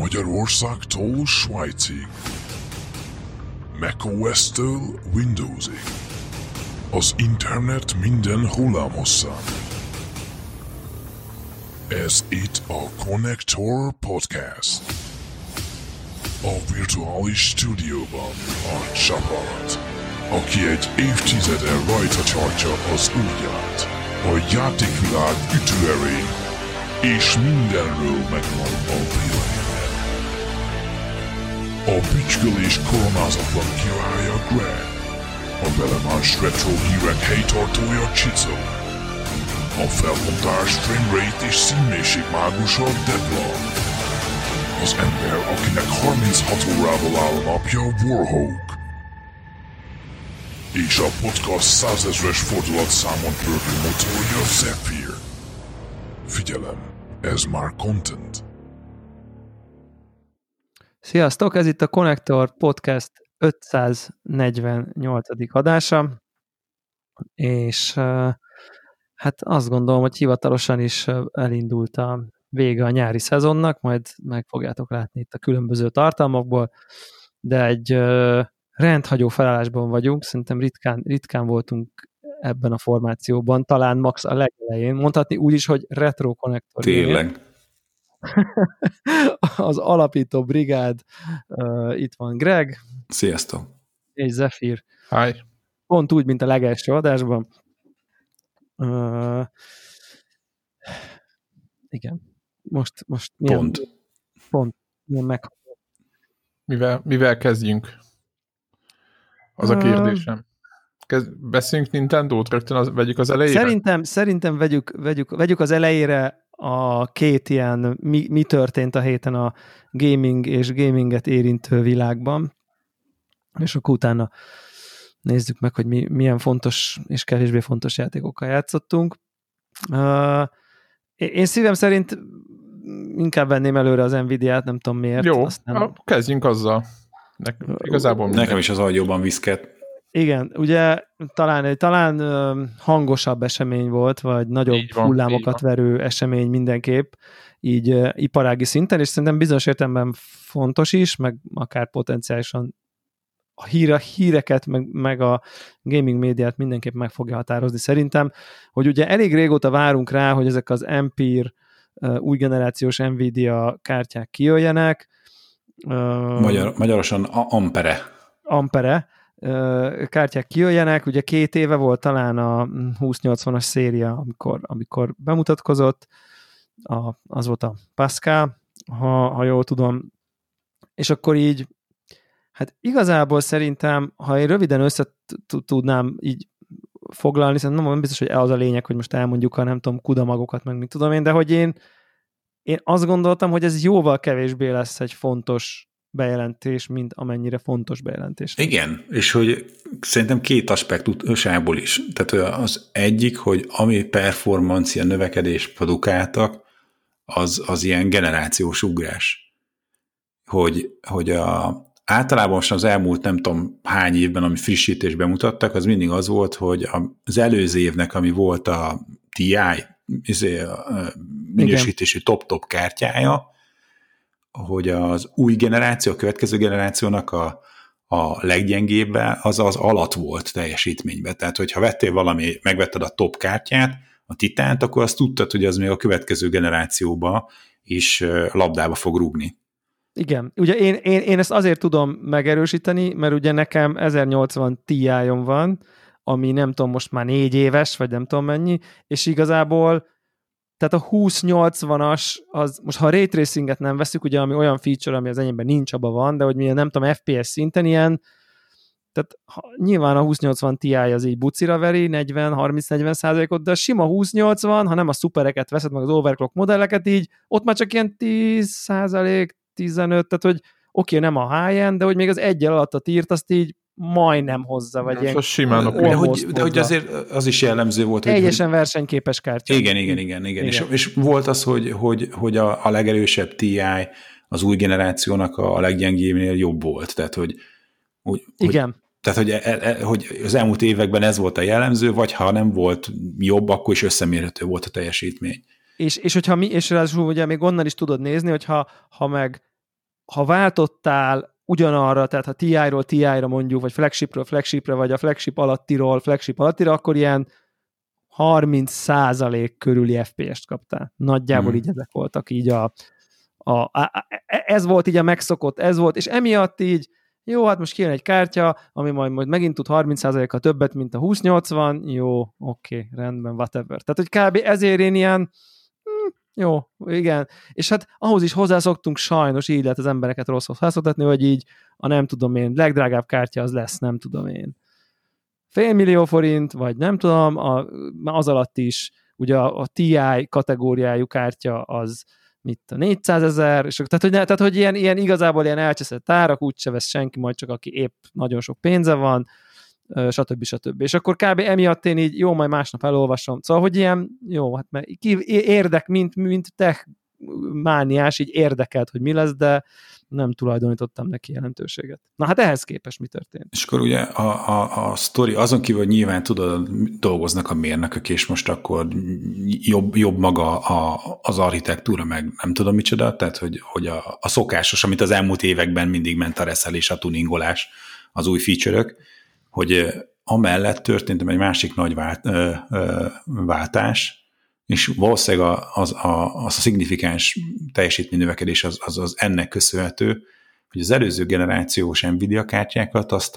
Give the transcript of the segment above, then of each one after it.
Magyarországtól Svájcig, macOS-től Windowsig, az internet minden hullámhosszán. Ez itt a Konnektor Podcast. A virtuális stúdióban a csapat, aki egy évtizede rajta tartja az ujját, a játékvilág ütőerén, és mindenről megvan a véleménye. A bütykölés koronázatlan királya Greg, a belemás retro hírek helytartója Csicó, a felbontás, framerate és színmélység mágusa Debla, az ember, akinek 36 órával áll a napja Warhawk, és a podcast 100 000-es fordulatszámon pörgő motorja Zephyr. Figyelem, ez már content. Sziasztok, ez itt a Konnektor Podcast 548. adása, és hát azt gondolom, hogy hivatalosan is elindult a vége a nyári szezonnak, majd meg fogjátok látni itt a különböző tartalmakból, de egy rendhagyó felállásban vagyunk, szerintem ritkán voltunk ebben a formációban, talán max a legelején, mondhatni úgy is, hogy retro konnektor. Tényleg. Az alapító brigád, itt van Greg. Sziasztok. És Zephyr. Hi. Pont úgy, mint a legelső adásban. Igen. Most milyen, pont milyen megható. Mivel kezdjünk? Az a kérdésem. Beszéljünk Nintendót, rögtön vegyük az elejére? Szerintem vegyük az elejére a két ilyen mi történt a héten a gaming és gaminget érintő világban, és akkor utána nézzük meg, hogy milyen fontos és kevésbé fontos játékokkal játszottunk. Én szívem szerint inkább venném előre az Nvidia-t, nem tudom miért. Jó, kezdjünk azzal. Igazából nekem is az agyóban viszket. Igen, ugye talán hangosabb esemény volt, vagy nagyobb hullámokat verő esemény mindenképp, így iparági szinten, és szerintem bizonyos értelemben fontos is, meg akár potenciálisan a híreket, meg a gaming médiát mindenképp meg fogja határozni szerintem, hogy ugye elég régóta várunk rá, hogy ezek az Ampere új generációs Nvidia kártyák kijöjjenek. Magyarosan Ampere kártyák kijöjjenek, ugye 2 éve volt talán a 2080-as széria, amikor bemutatkozott, az volt a Pascal, ha jól tudom, és akkor így, hát igazából szerintem, ha én röviden össze tudnám így foglalni, szerintem nem biztos, hogy az a lényeg, hogy most elmondjuk a nem tudom, kudamagokat, meg mit tudom én, de hogy én azt gondoltam, hogy ez jóval kevésbé lesz egy fontos bejelentés, mint amennyire fontos bejelentés. Igen, és hogy szerintem 2 aspektusából is. Tehát az egyik, hogy ami performancia növekedést produkáltak, az ilyen generációs ugrás. Hogy általában most az elmúlt nem tudom hány évben, ami frissítésben mutattak, az mindig az volt, hogy az előző évnek, ami volt a TI, minősítési top-top kártyája, hogy az új generáció, a következő generációnak a leggyengébb az alatt volt teljesítményben. Tehát, hogyha megvetted a top kártyát, a Titánt, akkor azt tudtad, hogy az még a következő generációba is labdába fog rúgni. Igen. Ugye én ezt azért tudom megerősíteni, mert ugye nekem 1080 Ti-om van, ami nem tudom, most már 4 éves, vagy nem tudom mennyi, és igazából tehát a 2080-as, az, most ha a Ray Tracinget nem veszük, ugye ami olyan feature, ami az enyémben nincs, abban van, de hogy milyen nem tudom, FPS szinten ilyen, tehát nyilván a 2080 Ti az így bucira veri, 30-40%-ot, de a sima 2080, ha nem a szupereket veszed, meg az overclock modelleket így, ott már csak ilyen 10%, 15, tehát hogy oké, nem a high-end, de hogy még az egyel alatt a tírt, azt így majdnem hozza, vagy ilyen simán de hogy azért az is jellemző volt, hogy teljesen versenyképes kártya. Igen. És volt az, hogy a legerősebb TI az új generációnak a leggyengébbnél jobb volt. Tehát, hogy az elmúlt években ez volt a jellemző, vagy ha nem volt jobb, akkor is összemérhető volt a teljesítmény. És ráadásul ugye még onnan is tudod nézni, hogy ha meg ha váltottál ugyanarra, tehát ha TI-ról TI-ra mondjuk, vagy flagshipről flagshipre, vagy a flagship alattiról flagship alattira, akkor ilyen 30% körüli FPS-t kaptál. Nagyjából így ezek voltak így ez volt így a megszokott, ez volt, és emiatt így jó, hát most kijön egy kártya, ami majd megint tud 30%-kal többet, mint a 2080, jó, oké, rendben, whatever. Tehát, hogy kb. Ezért én ilyen jó, igen. És hát ahhoz is hozzászoktunk, sajnos így lehet az embereket rosszhoz hozzászoktatni, hogy így a nem tudom én, legdrágább kártya az lesz, nem tudom én. $500 000 forint, vagy nem tudom, az alatt is, ugye a TI kategóriájú kártya az mit a 400 000, és tehát, hogy ilyen igazából ilyen elcseszett árak, úgyse vesz senki, majd csak aki épp nagyon sok pénze van, stb. És akkor kb. Emiatt én így, jó, majd másnap elolvasom. Szóval, hogy ilyen, jó, hát mert érdek, mint tech mániás, így érdekelt, hogy mi lesz, de nem tulajdonítottam neki jelentőséget. Na hát ehhez képest mi történt? És akkor ugye a sztori, azon kívül, hogy nyilván tudod, dolgoznak a mérnökök, és most akkor jobb maga az architektúra, meg nem tudom micsoda, tehát hogy a szokásos, amit az elmúlt években mindig ment a reszelés, a tuningolás, az új feature-ök, hogy amellett történt egy másik nagy váltás, és valószínűleg az a szignifikáns teljesítménynövekedés az ennek köszönhető, hogy az előző generációs Nvidia kártyákat azt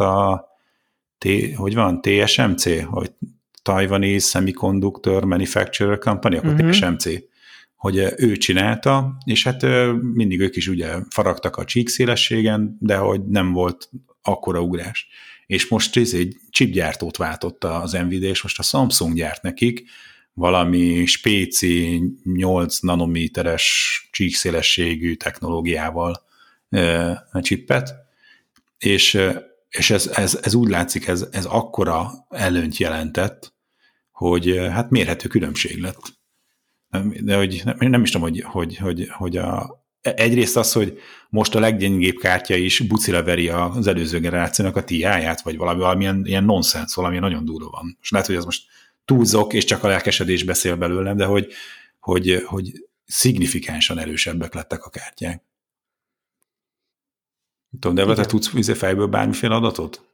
TSMC, hogy Taiwanese Semiconductor Manufacturer Company, akkor TSMC, hogy ő csinálta, és hát mindig ők is ugye faragtak a csíkszélességen, de hogy nem volt akkora ugrás. És most egy chipgyártót váltotta az Nvidia, és most a Samsung gyárt nekik valami spéci 8 nanométeres csíkszélességű technológiával a chipet, és ez úgy látszik, ez akkora előnyt jelentett, hogy hát mérhető különbség lett. De hogy nem is tudom, hogy egyrészt az, hogy most a leggyengébb kártya is bucira veri az előző generációnak a TI-ját, vagy valamilyen ilyen nonsens, valami nagyon durva van. És lehet, hogy ez most túlzok, és csak a lelkesedés beszél belőlem, de hogy szignifikánsan erősebbek lettek a kártyák. Tudom, de te tudsz fejből bármiféle adatot?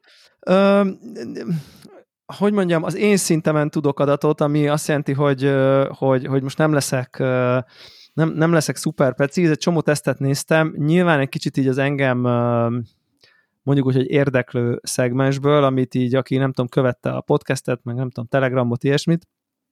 Hogy mondjam, az én szintemen tudok adatot, ami azt jelenti, hogy most nem leszek szuper precíz, egy csomó tesztet néztem, nyilván egy kicsit így az engem mondjuk úgy, hogy érdeklő szegmensből, amit így, aki nem tudom, követte a podcastet, meg nem tudom, Telegramot, ilyesmit,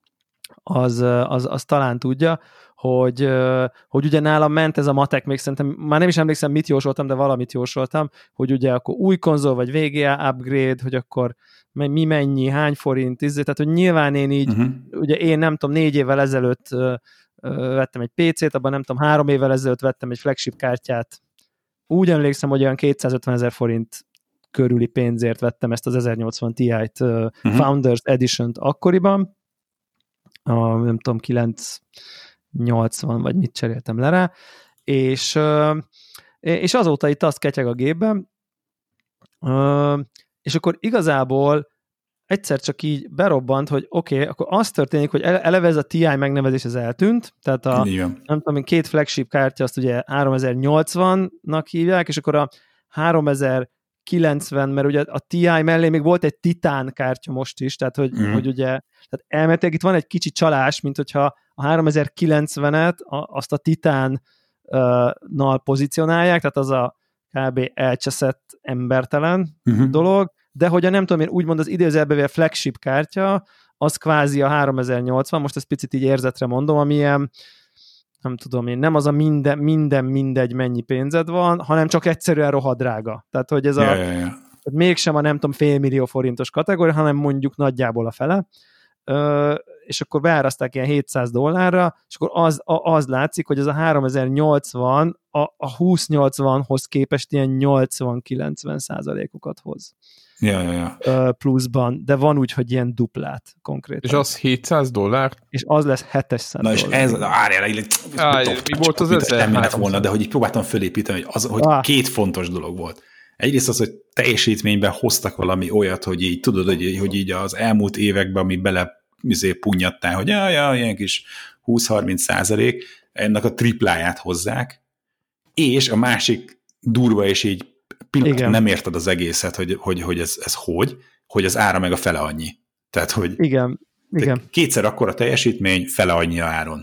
az talán tudja, hogy ugye nálam ment ez a matek, még szerintem, már nem is emlékszem, mit jósoltam, de valamit jósoltam, hogy ugye akkor új konzol, vagy VGA upgrade, hogy akkor mi mennyi, hány forint, tehát hogy nyilván én így, ugye én nem tudom, 4 évvel ezelőtt vettem egy PC-t, abban nem tudom, 3 évvel ezelőtt vettem egy flagship kártyát. Úgy emlékszem, hogy olyan 250 000 forint körüli pénzért vettem ezt az 1080 Ti-t Founders Edition-t akkoriban, nem tudom, 980 vagy mit cseréltem le rá, és azóta itt azt ketyeg a gépben, és akkor igazából egyszer csak így berobbant, hogy oké, akkor az történik, hogy eleve ez a TI megnevezés az eltűnt, tehát nem tudom, 2 flagship kártya azt ugye 3080-nak hívják, és akkor a 3090, mert ugye a TI mellé még volt egy Titan kártya most is, tehát hogy ugye, tehát elméletileg itt van egy kicsi csalás, mint hogyha a 3090-et azt a Titan-nal pozícionálják, tehát az a kb. Elcseszett embertelen dolog, de hogy a nem tudom én úgymond az idézőjelbe flagship kártya, az kvázi a 3080, most ezt picit így érzetre mondom, ami ilyen, nem tudom én, nem az a mindegy mennyi pénzed van, hanem csak egyszerűen rohadrága. Tehát, hogy ez tehát mégsem a nem tudom $500 000 forintos kategória, hanem mondjuk nagyjából a fele. És akkor beáraszták ilyen $700, és akkor az látszik, hogy ez a 3080 a 2080-hoz képest ilyen 80-90%-okat hoz. Pluszban, de van úgy, hogy ilyen duplát konkrétan. És az $700? És az lesz $700. Na és ez, mi volt az 1300? De hogy így próbáltam fölépíteni, hogy 2 fontos dolog volt. Egyrészt az, hogy teljesítményben hoztak valami olyat, hogy így tudod, hogy így az elmúlt években, ami bele punyadtál, hogy ilyen kis 20-30%, ennek a tripláját hozzák, és a másik durva, és így pillanatban nem érted az egészet, hogy ez hogy az ára meg a fele annyi. Tehát, hogy igen. Kétszer akkora teljesítmény, fele annyi áron.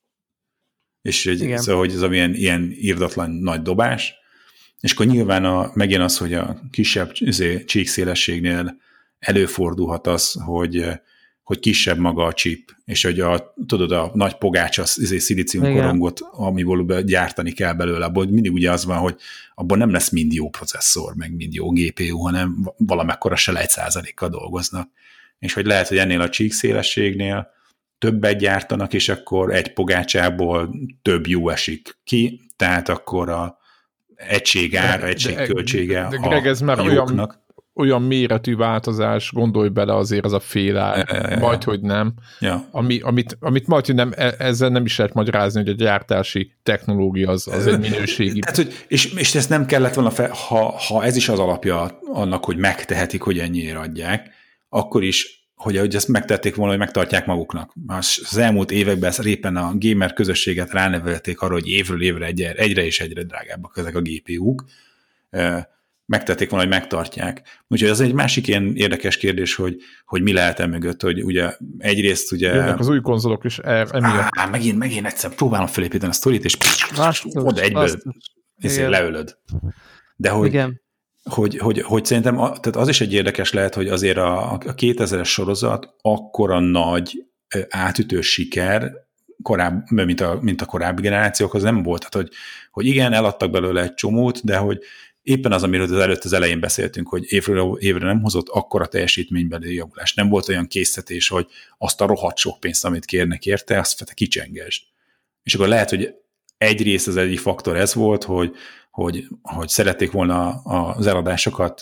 És szóval, hogy ez ilyen irdatlan nagy dobás, és akkor nyilván megint az, hogy a kisebb csíkszélességnél előfordulhat az, hogy kisebb maga a chip, és hogy tudod, a nagy pogács, az szilíciumkorongot, amiből gyártani kell belőle, abból mindig ugye az van, hogy abban nem lesz mind jó processzor, meg mind jó GPU, hanem valamekkora se 1%-kal dolgoznak. És hogy lehet, hogy ennél a csíkszélességnél többet gyártanak, és akkor egy pogácsából több jó esik ki, tehát akkor a egységköltsége a Greg, ez már olyan méretű változás, gondolj bele azért az a fél ár, majd, hogy nem. Ja. Amit majd, hogy nem, ezzel nem is lehet magyarázni, hogy a gyártási technológia az egy minőségi. Tehát, és ezt nem kellett volna, ha ez is az alapja annak, hogy megtehetik, hogy ennyiért adják, akkor is, hogy ezt megtették volna, hogy megtartják maguknak. Az elmúlt években éppen a gamer közösséget ránevelték arra, hogy évről évre egyre és egyre drágábbak ezek a GPU-k. Megtették volna, hogy megtartják. Úgyhogy ez egy másik ilyen érdekes kérdés, hogy mi lehet mögött, hogy ugye egyrészt ugye... Jönnek az új konzolok is emiatt. Megint egyszer próbálom felépíteni a sztorit, és oda egyből leölöd. De hogy... Igen. Hogy szerintem tehát az is egy érdekes lehet, hogy azért a 2000-es sorozat akkora nagy átütő siker, mint a korábbi generációk, az nem volt. Tehát, hogy igen, eladtak belőle egy csomót, de hogy éppen az, amiről az elején beszéltünk, hogy évről évre nem hozott akkora teljesítménybeli javulást. Nem volt olyan készítés, hogy azt a rohadt sok pénzt, amit kérnek érte, azt te kicsengesd. És akkor lehet, hogy egyrészt az egyik faktor ez volt, hogy szerették volna az eladásokat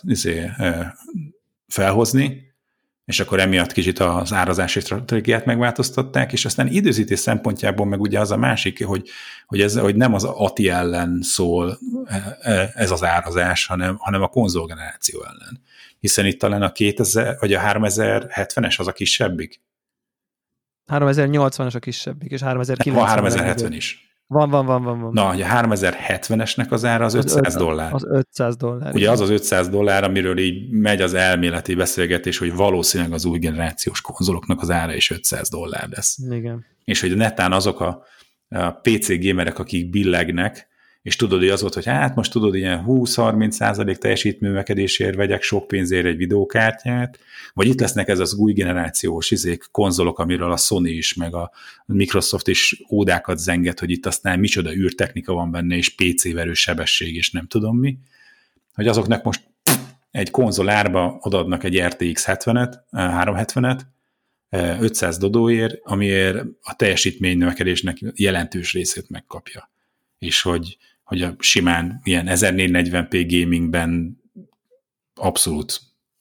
felhozni, és akkor emiatt kicsit az árazási stratégiát megváltoztatták, és aztán időzítés szempontjából meg ugye az a másik, hogy nem az ATI ellen szól ez az árazás, hanem a konzolgeneráció ellen. Hiszen itt talán a 2000, vagy a 3070-es az a kisebbik? 3080-as a kisebbik, és 3090. Van 3070 is. Van. Na, a 3070-esnek az ára az $500. Az $500. Ugye az $500, amiről így megy az elméleti beszélgetés, hogy valószínűleg az új generációs konzoloknak az ára is $500 lesz. Igen. És hogy netán azok a PC gamerek, akik billegnek, és tudod, hogy az volt, hogy hát most tudod, ilyen 20-30% teljesítművekedésért vegyek sok pénzért egy videókártyát, vagy itt lesznek ez az új generációs konzolok, amiről a Sony is, meg a Microsoft is ódákat zenget, hogy itt aztán micsoda űrtechnika van benne, és PC-verő sebesség, és nem tudom mi, hogy azoknak most egy konzol árba odaadnak egy RTX 370-et, 500 dodóért, amiért a teljesítmény növekedésnek jelentős részét megkapja. És hogy a simán ilyen 1440p gamingben abszolút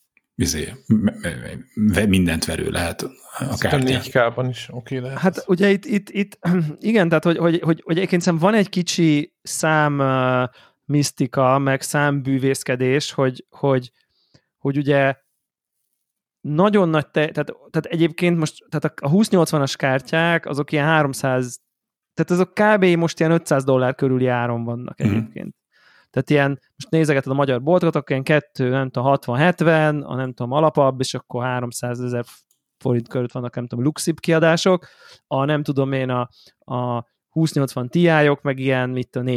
mindent verő lehet a kártya. 4K-ban is oké lehet. Hát ugye itt igen, tehát hogy egyébként szerintem van egy kicsi szám misztika, meg számbűvészkedés, hogy ugye nagyon nagy, tehát egyébként most tehát a 2080-as kártyák azok ilyen 300, tehát azok kb. Most ilyen $500 körüli áron vannak egyébként. Tehát ilyen, most nézegeted a magyar boltokat, akkor ilyen 60-70, a nem tudom alapabb, és akkor 300 000 forint körül vannak, nem tudom, luxib kiadások, a nem tudom én a 2080 Ti-ok, meg ilyen,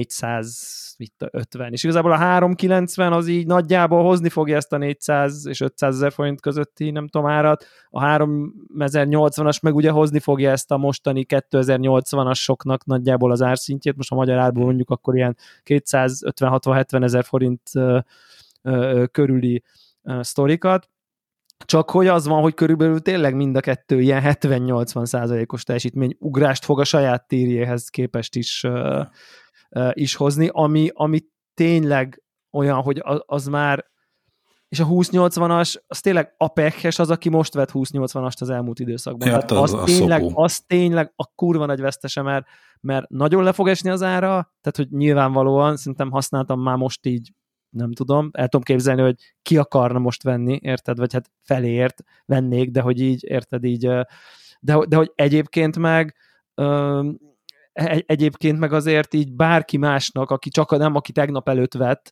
450. És igazából a 390 az így nagyjából hozni fogja ezt a 400 és 500 000 forint közötti, nem tudom, árat. A 3080-as meg ugye hozni fogja ezt a mostani 2080-asoknak nagyjából az árszintjét. Most a magyar árból mondjuk akkor ilyen 250-60-70 000 forint körüli sztorikat. Csak hogy az van, hogy körülbelül tényleg mind a kettő ilyen 70-80%-os teljesítmény ugrást fog a saját tírjéhez képest is hozni, ami tényleg olyan, hogy az már, és a 2080-as, az tényleg Apex-es az, aki most vett 2080-ast az elmúlt időszakban. Ja, az tényleg a kurva nagy vesztese, mert nagyon le fog esni az ára, tehát hogy nyilvánvalóan, szerintem használtam már most így, nem tudom, el tudom képzelni, hogy ki akarna most venni, érted? Vagy hát feléért vennék, de hogy így, érted így, de hogy egyébként meg egyébként meg azért így bárki másnak, aki csak nem, aki tegnap előtt vett,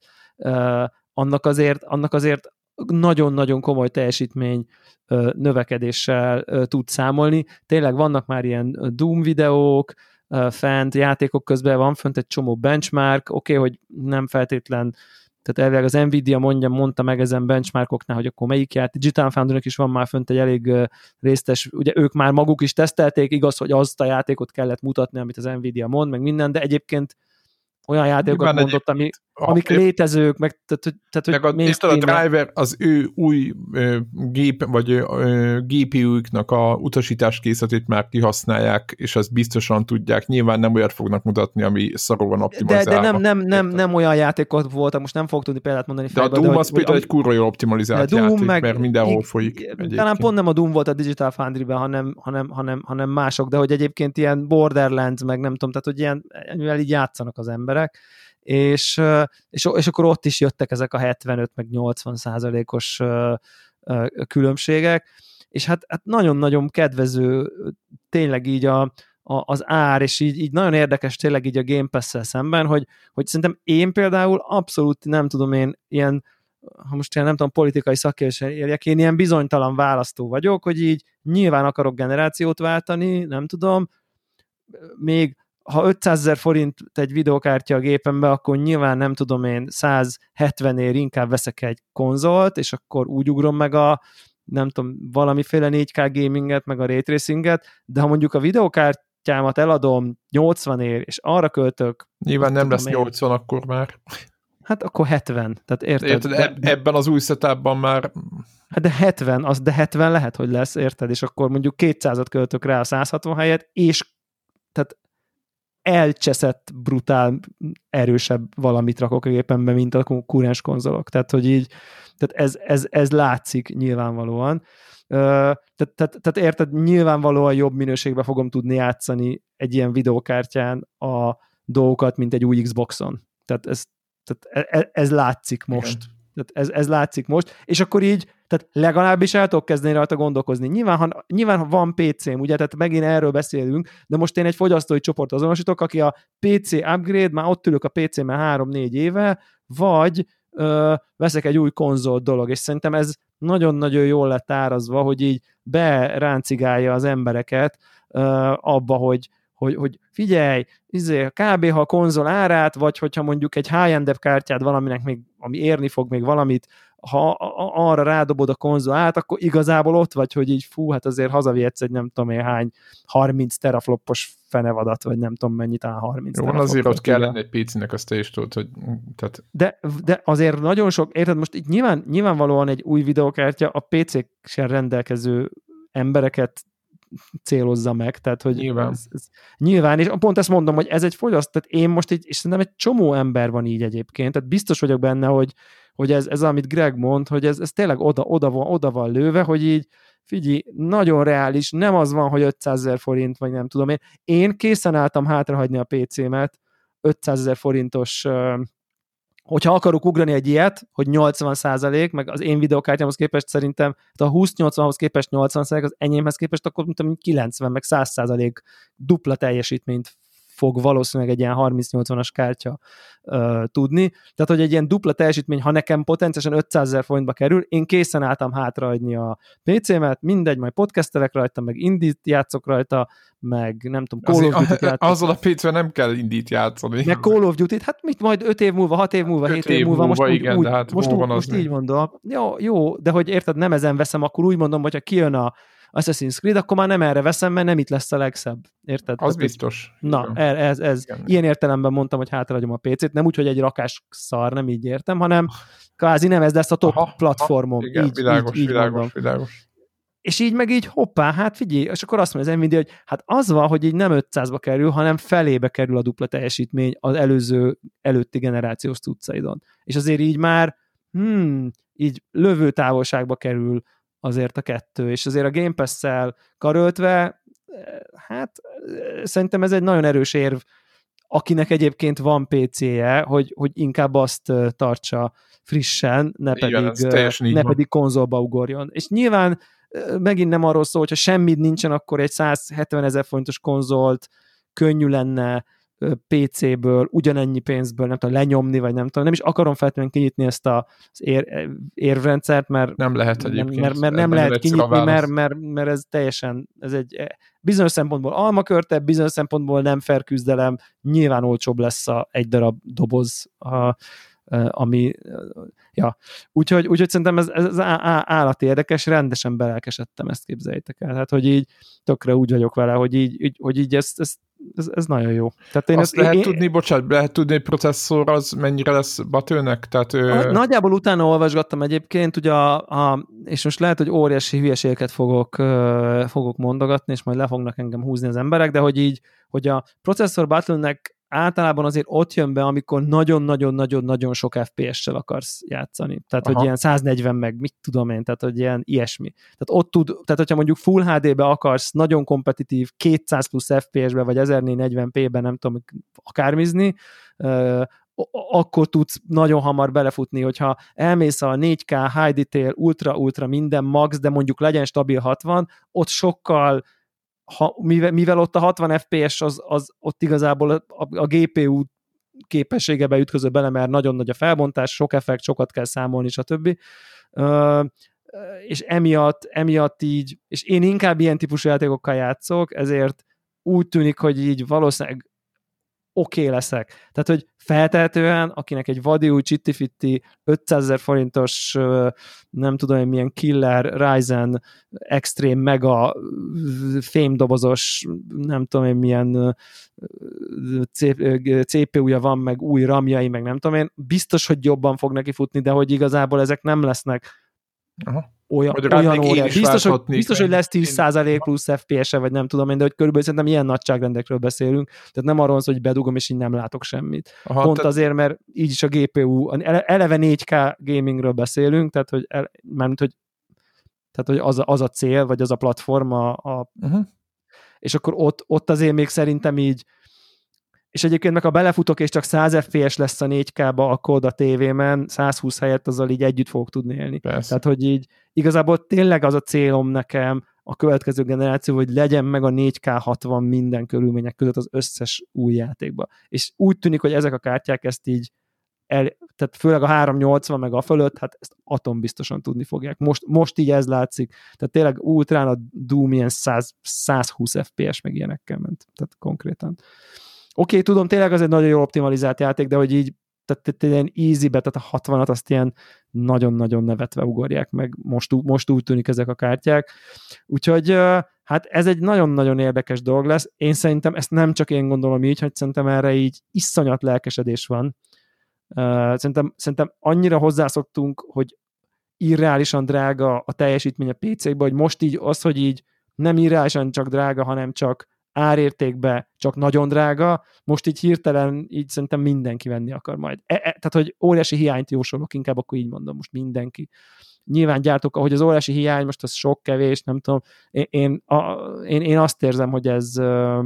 annak azért nagyon-nagyon komoly teljesítmény növekedéssel tud számolni. Tényleg vannak már ilyen Doom videók, fent, játékok közben van fönt egy csomó benchmark, oké, hogy nem feltétlen, tehát elvileg az Nvidia mondta meg ezen benchmarkoknál, hogy akkor melyik játék. Digital Foundry-nek is van már fönt egy elég résztes, ugye ők már maguk is tesztelték, igaz, hogy azt a játékot kellett mutatni, amit az Nvidia mond, meg minden, de egyébként olyan játékokat mondott, amik létezők, meg meg a driver az ő új gép, vagy GPU-knak a utasításkészletét már kihasználják, és azt biztosan tudják. Nyilván nem olyat fognak mutatni, ami szarul van optimalizálva. De nem olyan játékok voltak, most nem fogok tudni példát mondani. De a Doom az például egy kurva jól optimalizált játék, mert mindenhol folyik. Talán pont nem a Doom volt a Digital Foundry-ben, hanem mások, de hogy egyébként ilyen Borderlands, meg nem tudom, tehát hogy ilyen, mivel így játszanak az emberek, és akkor ott is jöttek ezek a 75 meg 80%-os különbségek, és hát nagyon-nagyon kedvező tényleg így az ár, és így nagyon érdekes tényleg így a Game Pass-szel szemben, hogy szerintem én például abszolút nem tudom, én ilyen, ha most nem tudom, politikai szakértősen érjek, én ilyen bizonytalan választó vagyok, hogy így nyilván akarok generációt váltani, nem tudom, még ha 500 000 forint egy videokártya a gépembe, akkor nyilván nem tudom én 170-ér inkább veszek egy konzolt, és akkor úgy ugrom meg a nem tudom, valamiféle 4K gaminget, meg a ray tracinget, de ha mondjuk a videokártyámat eladom 80-ér, és arra költök... Nyilván nem lesz 80 akkor már. Hát akkor 70, tehát érted? Ebben az új setupban már... Hát de 70 lehet, hogy lesz, érted? És akkor mondjuk 200-at költök rá a 160 helyet, és tehát elcseszett, brutál, erősebb valamit rakok a gépembe, mint a konkurens konzolok. Tehát, hogy így, tehát ez látszik nyilvánvalóan. Tehát érted, nyilvánvalóan jobb minőségben fogom tudni játszani egy ilyen videókártyán a dolgokat, mint egy új Xboxon. Tehát ez látszik most. Tehát ez látszik most, és akkor így, tehát legalábbis el tudok kezdeni rajta gondolkozni. Nyilván ha van PC-m, ugye, tehát megint erről beszélünk, de most én egy fogyasztói csoport azonosítok, aki a PC upgrade, már ott ülök a PC-ben 3-4 éve, vagy veszek egy új konzol dolog, és szerintem ez nagyon-nagyon jól lett árazva, hogy így beráncigálja az embereket abba, hogy figyelj, kb. Ha a konzol árát, vagy hogyha mondjuk egy high-end kártyád valaminek még, ami érni fog még valamit, ha arra rádobod a konzol át, akkor igazából ott vagy, hogy így fú, hát azért hazavihetsz egy nem tudom én hány 30 teraflopos fenevadat, vagy nem tudom mennyi, talán 30 teraflopos. Jó, azért ott kellene egy PC-nek, azt te is tudod, hogy... Tehát... De azért nagyon sok, érted, most itt nyilvánvalóan egy új videokártya a PC-sen rendelkező embereket célozza meg, tehát hogy nyilván, és pont ezt mondom, hogy ez egy fogyasztó, tehát én most így, és szerintem egy csomó ember van így egyébként, tehát biztos vagyok benne, hogy ez amit Greg mond, hogy ez tényleg oda van lőve, hogy így figyelj, nagyon reális, nem az van, hogy 500 000 forint, vagy nem tudom én készen álltam hátrahagyni a PC-met 500 000 forintos, hogyha akarok ugrani egy ilyet, hogy 80%, meg az én videokártyámhoz képest szerintem, a 2080-hoz képest 80%, az enyémhez képest akkor mint 90, meg 100% dupla teljesítményt fog valószínűleg egy ilyen 30-80-as kártya tudni. Tehát, hogy egy ilyen dupla teljesítmény, ha nekem potenciálisan 500 000 forintba kerül, én készen álltam hátraadni a PC-met, mindegy, majd podcastelek rajta, meg indít játszok rajta, meg nem tudom, Call of Duty-t játszok. Azzal a PC-vel nem kell indít játszani. Meg Call of Duty-t, hát mit majd 5 év múlva, 6 év múlva, 7 év múlva, most így mondom. Jó, de hogy érted, nem ezen veszem, akkor úgy mondom, hogyha kijön a Assassin's Creed, akkor már nem erre veszem, mert nem itt lesz a legszebb. Érted? Az biztos. Na, ez. Ilyen értelemben mondtam, hogy hátraadjam a PC-t, nem úgy, hogy egy rakás szar, nem így értem, hanem kvázi nem ez lesz a top platformom. Igen, így világos. És így meg így hoppá, hát figyelj, és akkor azt mondja az Nvidia, hogy hát az van, hogy így nem 500-ba kerül, hanem felébe kerül a dupla teljesítmény az előtti generációs cuccaidon. És azért így már így lövő távolságba kerül azért a kettő, és azért a Game Pass-szel karöltve, hát szerintem ez egy nagyon erős érv, akinek egyébként van PC-je, hogy inkább azt tartsa frissen, ne pedig konzolba ugorjon. És nyilván megint nem arról szól, hogyha semmit nincsen, akkor egy 170 000 forintos konzolt könnyű lenne PC-ből ugyanennyi pénzből, nem tudom, lenyomni, vagy nem tudom, nem is akarom feltétlenül kinyitni ezt az érvrendszert, mert nem lehet egyébként. Mert nem lehet kinyitni, mert ez teljesen, ez egy bizonyos szempontból almakörte, bizonyos szempontból nem fair küzdelem, nyilván olcsóbb lesz egy darab doboz, ami, ja. Úgyhogy szerintem ez állati érdekes, rendesen belelkesedtem, ezt képzeljétek el. Hát, hogy így tökre úgy vagyok vele, hogy így ez nagyon jó. Tehát azt lehet tudni, lehet tudni, hogy processzor az mennyire lesz Battle-nek? Tehát, nagyjából utána olvasgattam egyébként, ugye és most lehet, hogy óriási hülyeségeket fogok mondogatni, és majd le fognak engem húzni az emberek, de hogy a processzor Battle-nek általában azért ott jön be, amikor nagyon-nagyon-nagyon-nagyon sok FPS-sel akarsz játszani. Tehát, hogy ilyen 140 meg, mit tudom én, tehát, hogy ilyen ilyesmi. Tehát tehát, hogyha mondjuk Full HD-be akarsz nagyon kompetitív 200 plusz FPS-be, vagy 1440p-ben, nem tudom, akármizni, akkor tudsz nagyon hamar belefutni, hogyha elmész a 4K, high detail, ultra minden max, de mondjuk legyen stabil 60, ott sokkal mivel ott a 60 FPS az ott igazából a GPU képességebe ütköző bele, mert nagyon nagy a felbontás, sok effekt, sokat kell számolni, stb. És emiatt így, és én inkább ilyen típusú játékokkal játszok, ezért úgy tűnik, hogy így valószínűleg oké leszek. Tehát, hogy feltehetően, akinek egy vadi új csittifitti 500 000 forintos, nem tudom én milyen killer Ryzen Extreme mega fémdobozos, nem tudom én milyen CPU-ja van, meg új RAM-jai, meg nem tudom én, biztos, hogy jobban fog neki futni, de hogy igazából ezek nem lesznek olyan óriás. Biztos, hogy lesz 10% plusz FPS-e, vagy nem tudom én, de hogy körülbelül szerintem ilyen nagyságrendekről beszélünk, tehát nem arról hogy bedugom, és így nem látok semmit. Pont azért, mert így is a GPU, eleve 4K gamingről beszélünk, tehát hogy az a cél, vagy az a platforma, és akkor ott azért még szerintem így, és egyébként meg ha belefutok, és csak 100 FPS lesz a 4K-ba, akkor a tévémen 120 helyett azzal így együtt fogok tudni élni. Persze. Tehát, hogy így igazából tényleg az a célom nekem a következő generáció, hogy legyen meg a 4K 60 minden körülmények között az összes új játékba. És úgy tűnik, hogy ezek a kártyák ezt így tehát főleg a 380 meg a fölött, hát ezt atombiztosan tudni fogják. Most így ez látszik. Tehát tényleg ultrán a Doom ilyen 120 FPS meg ilyenekkel ment. Tehát konkrétan. Oké, tudom, tényleg az egy nagyon jól optimalizált játék, de hogy így tehát ilyen easy-be, tehát a 60-at azt ilyen nagyon-nagyon nevetve ugorják meg. Most úgy tűnik ezek a kártyák. Úgyhogy hát ez egy nagyon-nagyon érdekes dolog lesz. Én szerintem ezt nem csak én gondolom így, hogy szerintem erre így iszonyat lelkesedés van. Szerintem annyira hozzászoktunk, hogy irreálisan drága a teljesítmény a PC-kbe, hogy most így az, hogy így nem irreálisan csak drága, hanem csak árértékbe csak nagyon drága, most így hirtelen így szerintem mindenki venni akar majd. Tehát, hogy óriási hiányt jósolok, inkább akkor így mondom, most mindenki. Nyilván gyártók, ahogy az óriási hiány, most az sok kevés, nem tudom, én azt érzem, hogy ez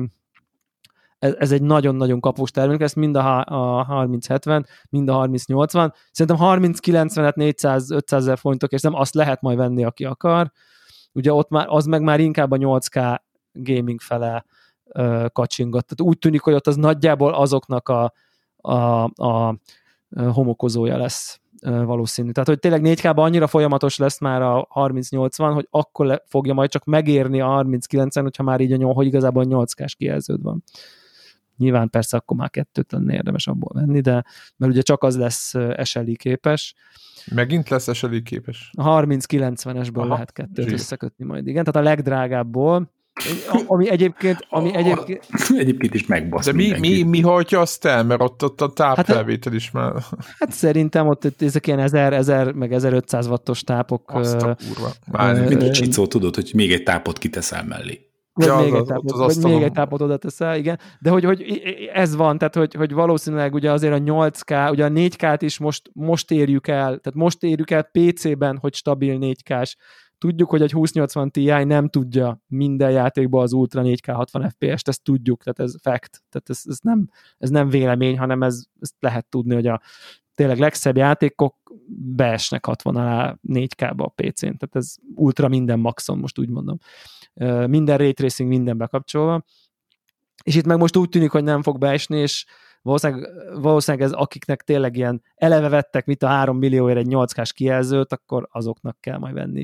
egy nagyon-nagyon kapós termék, ezt mind a 3070, mind a 3080. Szerintem 3090-et 400-500 000 forintok, és nem azt lehet majd venni, aki akar. Ugye ott már, az meg már inkább a 8K gaming fele kacsingott. Tehát úgy tűnik, hogy ott az nagyjából azoknak a homokozója lesz valószínű. Tehát, hogy tényleg 4K-ban annyira folyamatos lesz már a 3080, hogy akkor fogja majd csak megérni a 3090, hogyha már így hogy igazából 8K-s kijelződ van. Nyilván persze akkor már kettőt lenne érdemes abból venni, de mert ugye csak az lesz SLI képes. Megint lesz SLI képes? A 3090-esből lehet kettőt összekötni majd, igen. Tehát a legdrágábbból, ami egyébként egyébként is megbasz. De mi hajtja azt el? Mert ott a tápfelvétel is már... Hát szerintem ott ezek ilyen 1000 meg 1500 wattos tápok. Azt a kurva. Mint a csicó, tudod, hogy még egy tápot kiteszel mellé. Vagy még egy tápot oda teszel, igen. De hogy ez van, tehát hogy valószínűleg ugye azért a 8K, ugye a 4K-t is most érjük el, tehát most érjük el PC-ben, hogy stabil 4K-s. Tudjuk, hogy egy 2080 Ti nem tudja minden játékban az Ultra 4K 60 FPS-t, ezt tudjuk, tehát ez fact, tehát ez nem vélemény, hanem ezt lehet tudni, hogy a tényleg legszebb játékok beesnek 60 alá 4K-ba a PC-n, tehát ez Ultra minden maxon, most úgy mondom. Minden ray tracing, minden bekapcsolva, És itt meg most úgy tűnik, hogy nem fog beesni, és valószínűleg ez, akiknek tényleg ilyen eleve vettek, mit a 3 millióért egy 8K-s kijelzőt, akkor azoknak kell majd venni.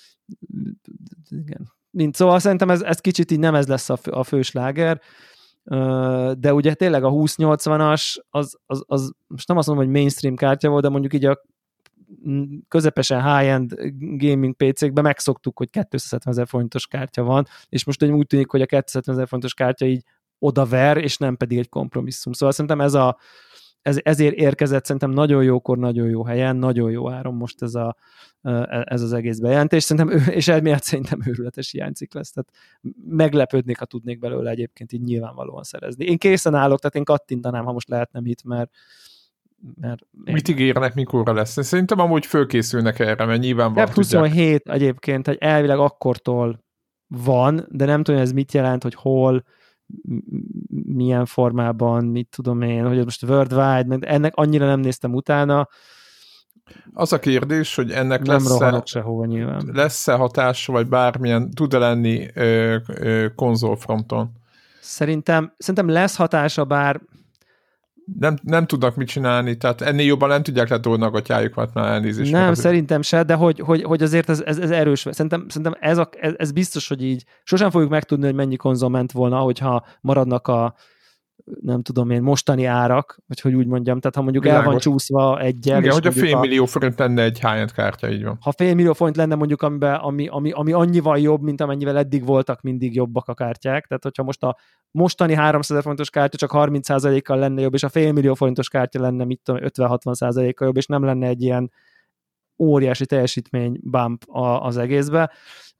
Igen. Szóval szerintem ez kicsit így nem ez lesz a fő sláger, de ugye tényleg a 2080-as az most nem azt mondom, hogy mainstream kártya volt, de mondjuk így a közepesen high-end gaming PC-kben megszoktuk, hogy 270 000 forintos kártya van, és most úgy tűnik, hogy a 270 000 forintos kártya így odaver, és nem pedig egy kompromisszum. Szóval szerintem ezért érkezett szerintem nagyon jókor, nagyon jó helyen, nagyon jó áron most ez az egész bejelentés, szerintem, és emiatt szerintem őrületes hiányzik lesz, tehát meglepődnék, ha tudnék belőle egyébként így nyilvánvalóan szerezni. Én készen állok, tehát én kattintanám, ha most lehetne mit, mert mit ígérnek, mikorra lesz? Szerintem amúgy fölkészülnek erre, mert nyilvánvalóan 27 egyébként, hogy elvileg akkortól van, de nem tudom, ez mit jelent, hogy hol, milyen formában, mit tudom én, hogy ez most worldwide, ennek annyira nem néztem utána. Az a kérdés, hogy ennek lesz-e hatása, vagy bármilyen tud-e lenni konzolfronton? Szerintem lesz hatása, bár nem tudnak mit csinálni, tehát ennél jobban nem tudják letolni a gatyájukat, már elnézést. Nem, szerintem se, de hogy azért ez erős. Szerintem ez biztos, hogy így sosem fogjuk megtudni, hogy mennyi konzol ment volna, hogyha maradnak a nem tudom én, mostani árak, vagy hogy úgy mondjam, tehát ha mondjuk el van csúszva egyel. Igen, hogy a $500,000 forint lenne egy high-end kártya, így van. Ha $500,000 forint lenne mondjuk, ami annyival jobb, mint amennyivel eddig voltak mindig jobbak a kártyák, tehát hogyha most a mostani 300 000 forintos kártya csak 30%-kal lenne jobb, és a $500,000 forintos kártya lenne, mit tudom, 50-60%-kal jobb, és nem lenne egy ilyen óriási teljesítmény bump az egészbe.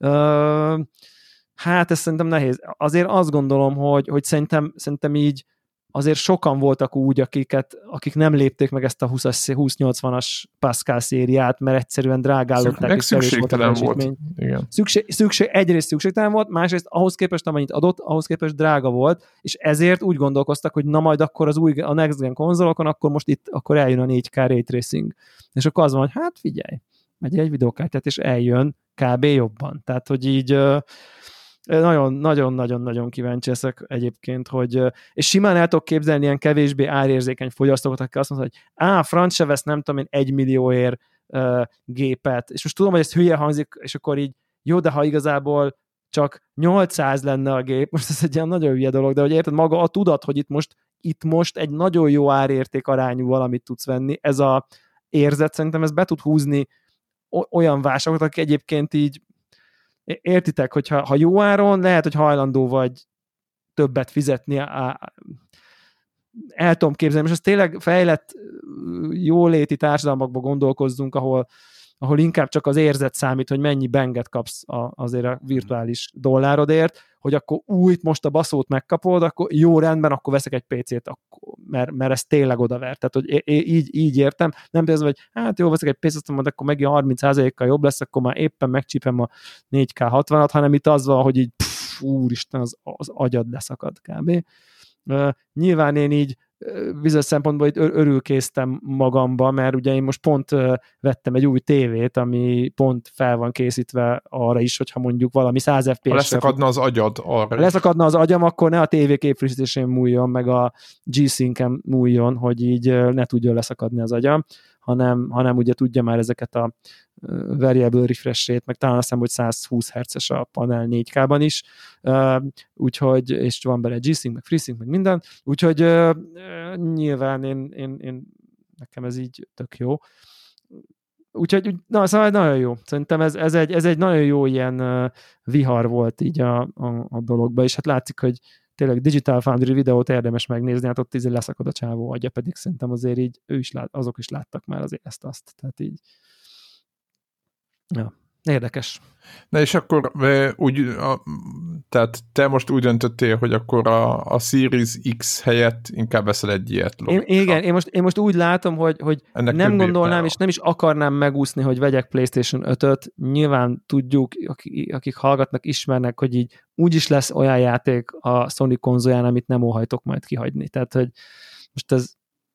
Hát ez szerintem nehéz. Azért azt gondolom, hogy szerintem így azért sokan voltak úgy, akik nem lépték meg ezt a 2080-as Pascal szériát, mert egyszerűen drágállották. Meg szükségtelen volt. Igen. Egyrészt szükségtelen volt, másrészt ahhoz képest, amennyit adott, ahhoz képest drága volt, és ezért úgy gondolkoztak, hogy na majd akkor a Next Gen konzolokon, akkor most itt akkor eljön a 4K Ray Tracing. És akkor az van, hogy hát figyelj, megy egy videókártyát, és eljön kb. Jobban. Tehát, hogy így nagyon-nagyon kíváncsi leszek egyébként, és simán el tudok képzelni ilyen kevésbé árérzékeny fogyasztókat, akik azt mondják, hogy franc se vesz, nem tudom én, 1 millióért gépet, és most tudom, hogy ez hülye hangzik, és akkor így jó, de ha igazából csak 800 lenne a gép, most ez egy ilyen nagyon hülye dolog, de hogy érted, maga a tudat, hogy itt most egy nagyon jó árérték arányú valamit tudsz venni, ez a érzet, szerintem ez be tud húzni olyan vásárlókat, akik egyébként így értitek, hogyha jó áron, lehet, hogy hajlandó vagy többet fizetni, el tudom képzelni, és ez tényleg fejlett jóléti társadalmakban gondolkozzunk, ahol inkább csak az érzet számít, hogy mennyi benget kapsz azért a virtuális dollárodért, hogy akkor most a baszót megkapod, akkor jó, rendben, akkor veszek egy PC-t, mert ez tényleg odaver. Tehát, hogy így értem. Nem ez, hogy hát jó, veszek egy PC-t, majd akkor meg 30%-kal jobb lesz, akkor már éppen megcsípem a 4K 60-at, hanem itt az van, hogy így úristen, az agyad leszakad kb. Nyilván én így bizonyos szempontból itt örülkéztem magamba, mert ugye én most pont vettem egy új tévét, ami pont fel van készítve arra is, hogyha mondjuk valami 100 FPS-re... Ha leszakadna az agyad arra. Ha leszakadna az agyam, akkor ne a tévé képfrissítésén múljon, meg a G-Sync-en múljon, hogy így ne tudjon leszakadni az agyam, hanem ugye tudja már ezeket a variable refresh-ét, meg talán azt hiszem, hogy 120 Hz-es a panel 4K-ban is, úgyhogy, és van bele G-Sync, meg FreeSync, meg minden, úgyhogy nyilván én nekem ez így tök jó. Úgyhogy, szóval nagyon jó. Szerintem ez egy nagyon jó ilyen vihar volt így a dologba, és hát látszik, hogy tényleg Digital Foundry videót érdemes megnézni, hát ott leszakad a csávó agya, pedig szerintem azért így azok is láttak már azért ezt-azt. Tehát így ja, érdekes. Na és akkor tehát te most úgy döntöttél, hogy akkor a Series X helyett inkább veszel egy ilyet. Igen, én most úgy látom, hogy nem gondolnám, és nem is akarnám megúszni, hogy vegyek PlayStation 5-öt. Nyilván tudjuk, akik hallgatnak, ismernek, hogy így úgyis lesz olyan játék a Sony konzolján, amit nem óhajtok majd kihagyni. Tehát, hogy most ez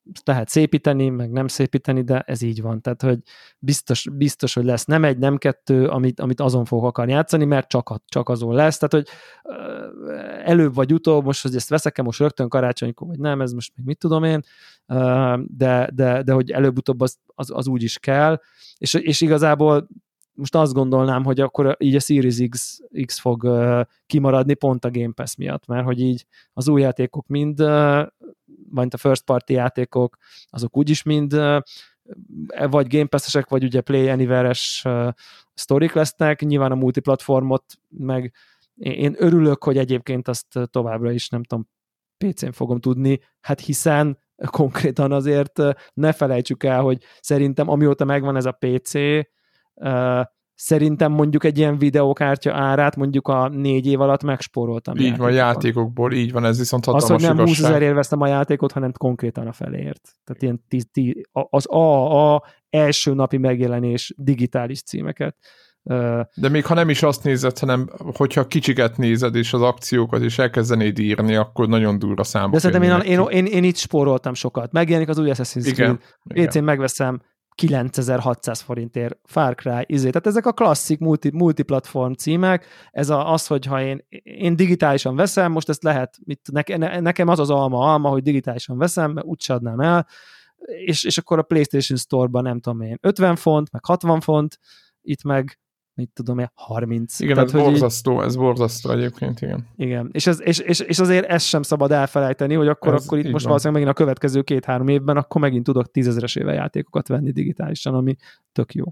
lehet szépíteni, meg nem szépíteni, de ez így van. Tehát, hogy biztos hogy lesz nem egy, nem kettő, amit azon fog akarni játszani, mert csak azon lesz. Tehát, hogy előbb vagy utóbb, most, hogy ezt veszek-e most rögtön karácsonykor, vagy nem, ez most még mit tudom én, de hogy előbb-utóbb az úgy is kell, és igazából most azt gondolnám, hogy akkor így a Series X fog kimaradni pont a Game Pass miatt, mert hogy így az új játékok mind, vagy a first party játékok, azok úgyis mind vagy Game Pass-esek, vagy ugye Play Anywhere-es sztorik lesznek, nyilván a multiplatformot, meg én örülök, hogy egyébként azt továbbra is, nem tudom, PC-n fogom tudni, hát hiszen konkrétan azért ne felejtsük el, hogy szerintem amióta megvan ez a PC, szerintem mondjuk egy ilyen videókártya árát mondjuk a 4 év alatt megspóroltam. Így van, játékokból, így van, ez viszont hatalmas igazság. Az, hogy nem 20 000 vesztem a játékot, hanem konkrétan a feléért. Tehát ilyen az AA első napi megjelenés digitális címeket. De még ha nem is azt nézed, hanem hogyha kicsiket nézed, és az akciókat, és elkezdenéd írni, akkor nagyon durva számok. De szerintem én itt spóroltam sokat. Megjelenik az új Assassin's Creed. PC-n megveszem 9600 forintért, Far Cry, tehát ezek a klasszik multiplatform címek, ez az, hogyha én digitálisan veszem, most ezt lehet, nekem az alma, hogy digitálisan veszem, mert úgyse adnám el, és akkor a PlayStation Store-ban nem tudom én, 50 font, meg 60 font, itt meg mit tudom én, 30. Igen, tehát, ez borzasztó egyébként, igen. Igen, és azért ezt sem szabad elfelejteni, hogy akkor itt most van. Valószínűleg megint a következő 2-3 évben, akkor megint tudok 10.000-es játékokat venni digitálisan, ami tök jó.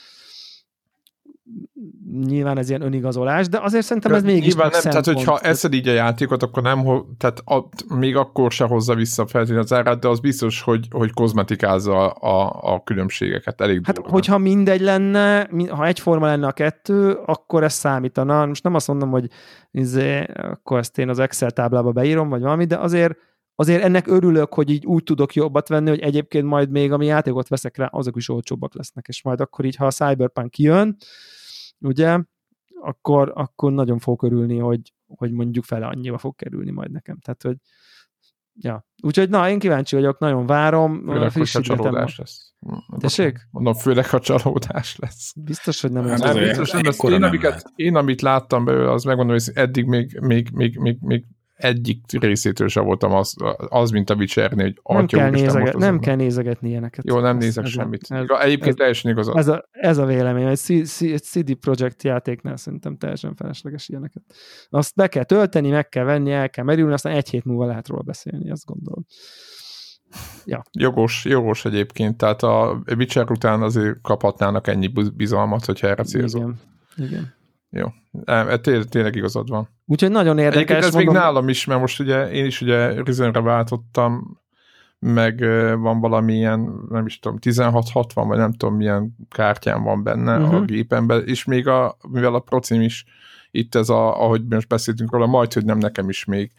Nyilván ez ilyen önigazolás, de azért szerintem ez mégis nyilván nem, tehát hogyha eszed így a játékot, akkor nem, tehát még akkor se hozza vissza feltétlenül az árát, de az biztos, hogy kozmetikázza a különbségeket elég durva. Hát, hogyha mindegy lenne, ha egyforma lenne a kettő, akkor ez számítana. Most nem azt mondom, hogy akkor ezt én az Excel táblába beírom, vagy valami, de azért ennek örülök, hogy így úgy tudok jobbat venni, hogy egyébként majd még ami játékot veszek rá, azok is olcsóbbak lesznek, és majd akkor így, ha a Cyberpunk jön, ugye, akkor nagyon fog örülni, hogy mondjuk fele annyiba fog kerülni majd nekem. Tehát, hogy ja. Úgyhogy na, én kíváncsi vagyok, nagyon várom. Főleg, hogyha csalódás lesz. Tessék? Mondom, főleg, ha csalódás lesz. Biztos, hogy nem lesz. Én, amit láttam belőle, az megmondom, hogy eddig még egyik részétől sem voltam az mint a Witchernél, hogy nem kell nézegetni ilyeneket. Jó, nem nézek semmit. Egyébként teljesen igazad. Ez a vélemény, egy CD Projekt játéknál szerintem teljesen felesleges ilyeneket. Azt be kell tölteni, meg kell venni, el kell merülni, aztán 1 hét múlva lehet róla beszélni, azt gondolom. Ja. Jogos egyébként, tehát a Witcher után azért kaphatnának ennyi bizalmat, hogyha erre célzol. Igen. Jó, tényleg igazad van. Úgyhogy nagyon érdekes. Egyébként ez még nálam is, mert most ugye én is ugye Risen-re váltottam, meg van valamilyen, nem is tudom, 1660, vagy nem tudom milyen kártyám van benne a gépemben, és még mivel a procim is itt ez ahogy most beszéltünk róla, majd, hogy nem nekem is még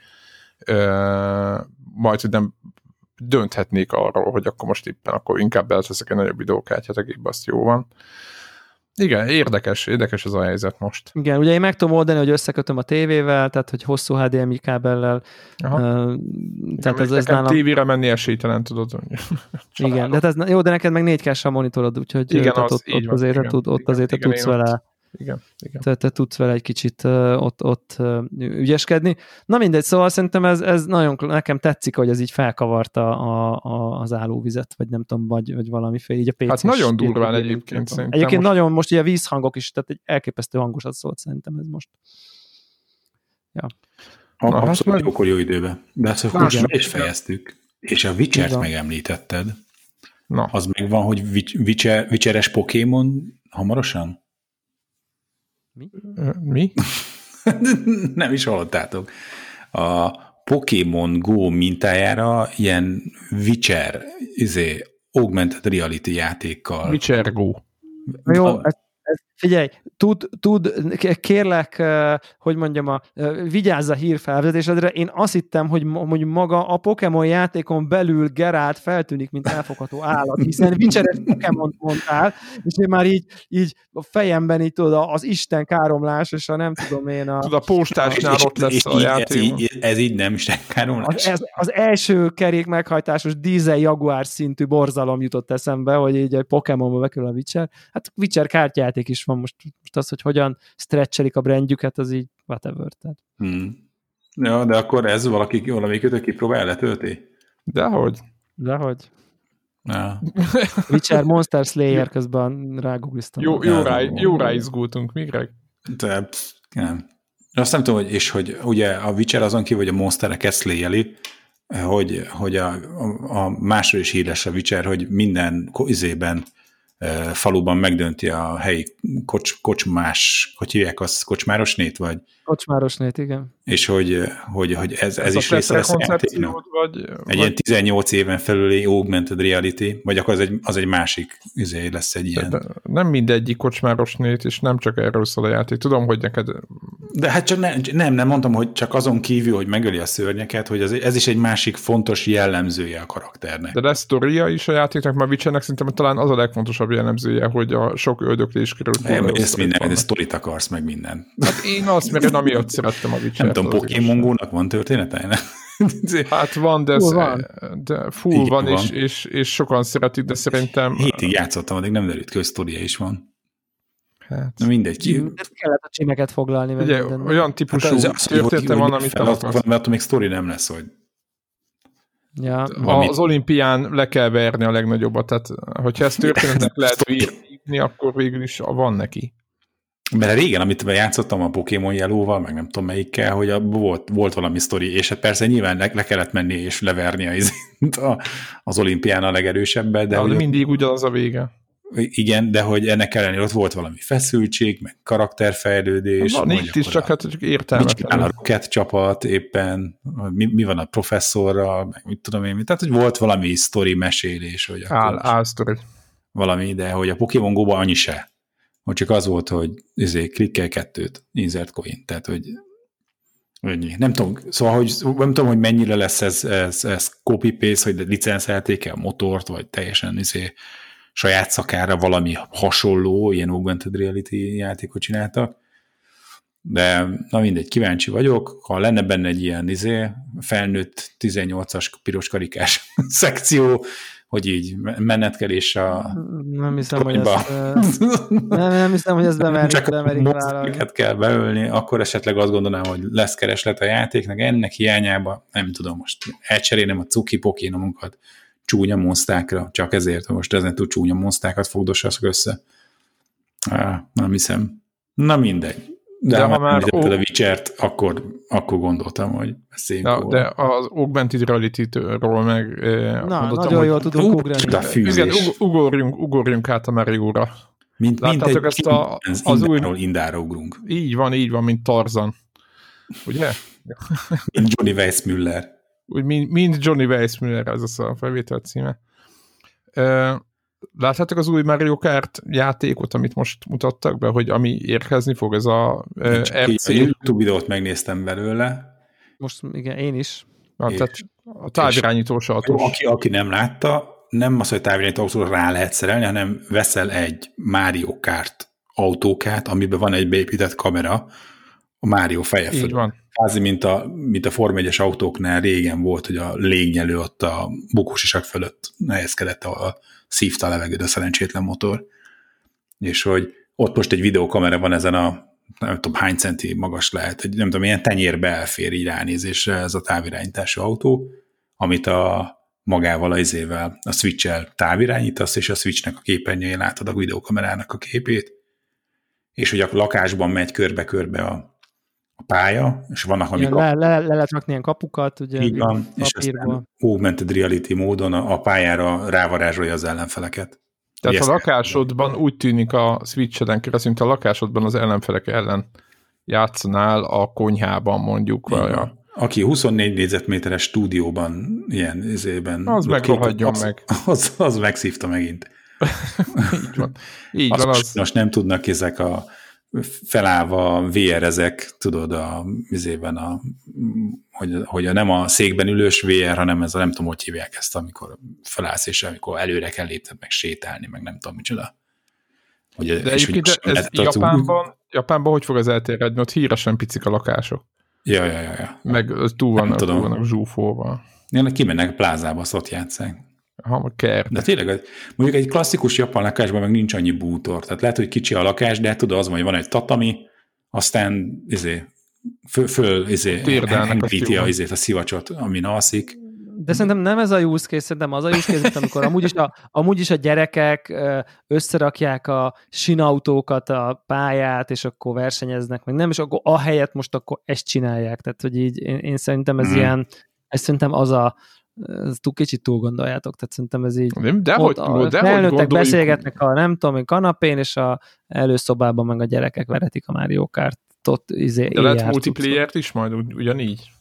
majd, hogy nem dönthetnék arról, hogy akkor most éppen akkor inkább beleteszek egy nagyobb videókártyát a gépbe, azt jó van. Igen, érdekes ez a helyzet most. Igen, ugye én meg tudom oldani, hogy összekötöm a tévével, tehát hogy hosszú HDMI kábellel. Tehát ez nálam... tévére menni esélytelen, tudod. Igen, de ez jó, de neked meg 4K-s a monitorod, úgyhogy igen, ott azért tudsz vele. Igen. Te tudsz vele egy kicsit ott ügyeskedni. Na mindegy, szóval szerintem ez nagyon, nekem tetszik, hogy ez így felkavarta az állóvizet, vagy nem tudom, vagy valamiféle, így a PC-s. Hát nagyon durván egyébként szerintem. Egyébként nagyon most így a vízhangok is, tehát egy elképesztő hangosat szólt szerintem ez most. Ja. Abszolút jókor jó időben. De ezt most is fejeztük, és a Witcher-t megemlítetted. Na. Az még van, hogy Witcher-es Pokémon hamarosan? Mi? Nem is hallottátok. A Pokémon Go mintájára ilyen Witcher augmented reality játékkal. Witcher Go. Jó, figyelj, kérlek, hogy mondjam, vigyázz a hírfelvezetésedre. Én azt hittem, hogy maga a Pokémon játékon belül Geralt feltűnik, mint elfogható állat, hiszen Witcheres Pokémon mondtál, és én már így a fejemben így tudod, az Isten káromlás, és a nem tudom én a... A postásnál ott lesz a játék. Ez így nem Isten káromlás. Az első kerék meghajtásos dízel Jaguar szintű borzalom jutott eszembe, hogy így egy Pokémonba bekerül a Witcher. Hát Witcher kártyáték is van most az, hogy hogyan stretchelik a brandjüket, az így whatever. Ja, de akkor ez valamelyikötök kipróbál, letölti? Dehogy. Ja. Witcher Monster Slayer közben rágoogliztam. Jó ráizgultunk, mi Greg? De nem. Azt nem tudom, hogy ugye a Witcher azon kívül, hogy a monstereket slayeli, hogy a másról is híres a Witcher, hogy minden izében faluban megdönti a helyi hogy hívják azt, kocsmárosnét, vagy? Kocsmárosnét, igen. És hogy ez is része lesz a játéknak. Egy ilyen 18 éven felüli augmented reality, vagy akkor az egy másik lesz egy ilyen. De nem mindegyik kocsmárosnét, és nem csak erről szól a játék. Tudom, hogy neked... De hát csak nem mondtam, hogy csak azon kívül, hogy megöli a szörnyeket, hogy ez is egy másik fontos jellemzője a karakternek. De lesz sztoria is a játéknak, mert Witchernek szerintem talán az a legfontosabb jellemzője, hogy a sok öldöklés kerül. Ezt minden, ez sztorit akarsz, meg minden. Hát én azt mert amiatt szerettem a Witcher-t. Nem tudom, Pokémon Go-nak van története? Hát van, de full van, és sokan szeretik, de szerintem... Hétig játszottam, addig nem derült ki, hogy sztoria is van. Hát. Na mindegy. Ezt kellett a címeket foglalni. Ugye, olyan típusú története van, amit nem akarsz. Mert attól még sztori nem lesz, hogy... Ja. Az olimpián le kell verni a legnagyobbat, tehát hogyha ezt történetnek lehet írni, akkor végül is van neki. Mert régen, amit játszottam a Pokémon Yellow-val, meg nem tudom melyikkel, hogy volt valami sztori, és hát persze nyilván le kellett menni és leverni az olimpián a legerősebbet. De mindig ugyanaz a vége. Igen, de hogy ennek ellenére ott volt valami feszültség, meg karakterfejlődés. Van itt is, csak értelmetlen. A Rocket csapat éppen, mi van a professzorral, meg mit tudom én, tehát hogy volt valami sztori mesélés. Hogy sztori. Valami, de hogy a Pokémon Go-ban annyi se. Hogy csak az volt, hogy klikkel 2, insert coin, tehát hogy nem tudom, szóval hogy nem tudom, hogy mennyire lesz ez copy-paste, hogy licenszelték el a motort, vagy teljesen saját szakára valami hasonló, ilyen augmented reality játékot csináltak, de na mindegy, kíváncsi vagyok, ha lenne benne egy ilyen felnőtt 18-as piros karikás szekció, hogy így menetkelés a... Nem hiszem, hogy ezt bemerik. Csak a monstereket kell beölni, akkor esetleg azt gondolnám, hogy lesz kereslet a játéknak, ennek hiányában, nem tudom, most elcserélnem a cuki pokénomunkat csúnya monsztákra, csak ezért, hogy most ezen túl csúnya monsztákat fogdossatok össze. Nem hiszem. Na mindegy. De ha már a Witcher-t, akkor gondoltam, hogy szépen. De az Augmented Reality-ról meg nagyon jól tudunk ugrani. Igen, ugorjunk át a Mario-ra. Láttátok ezt az új... Indára ugrunk. Így van, mint Tarzan. Ugye? Mint Johnny Weissmuller. Úgy, mint Johnny Weissmuller, ez az a felvétel címe. Látjátok az új Mario Kart játékot, amit most mutattak be, hogy ami érkezni fog, ez a RC... A YouTube videót megnéztem belőle. Most igen, én is. Tehát a távirányítós autós. Aki nem látta, nem az, hogy távirányító autóra rá lehet szerelni, hanem veszel egy Mario Kart autókát, amiben van egy beépített kamera a Mario feje fölött. Így van. Kvázi, mint a Form 1-es autóknál régen volt, hogy a légnyelő ott a bukósisak fölött helyezkedett, a szívta a levegőt a szerencsétlen motor. És hogy ott most egy videókamera van ezen a, nem tudom, hány centi magas lehet, egy, nem tudom, ilyen tenyérbe elfér így ránézésre ez a távirányítású autó, amit magával a Switch-el távirányítasz, és a Switchnek a képernyőjén látod a videókamerának a képét, és hogy a lakásban megy körbe-körbe a pálya, és vannak amik... Le lehet rakni ilyen kapukat, ugye? Így van, és aztán augmented reality módon a pályára rávarázsolja az ellenfeleket. Tehát a lakásodban úgy tűnik a Switch-eden keresztül, mint a lakásodban az ellenfelek ellen játszanál a konyhában mondjuk. Aki 24 négyzetméteres stúdióban ilyen izében... Az megrohadjon meg. Az megszívta megint. Így van. Így van most nem tudnak ezek a felállva VR-ezek, tudod, hogy nem a székben ülős VR, hanem ez a, nem tudom, hogy hívják ezt, amikor felállsz, és amikor előre kell lépned, meg sétálni, meg nem tudom micsoda. De egyébként ez Japánban hogy fog ez elterjedni? Ott híresen picik a lakások. Ja. Meg túl vannak zsúfolva. Kimennek a plázába, azt ott játsszák. Kert. De tényleg, mondjuk egy klasszikus japán lakásban meg nincs annyi bútor. Tehát lehet, hogy kicsi a lakás, de tudod, az van, hogy van egy tatami, aztán hengíti a szivacsot, amin alszik. De szerintem nem ez a use case, szerintem az a use case, amikor amúgy is a gyerekek összerakják a sinautókat, a pályát, és akkor versenyeznek, meg nem, és akkor ahelyett most akkor ezt csinálják. Tehát, hogy így én szerintem ez ilyen, ez szerintem kicsit túl gondoljátok, tehát szerintem ez így felnőttek beszélgetnek a nem tudom, kanapén, és a előszobában meg a gyerekek veretik a Mario Kartot. De lehet multiplayer-t is majd ugyanígy?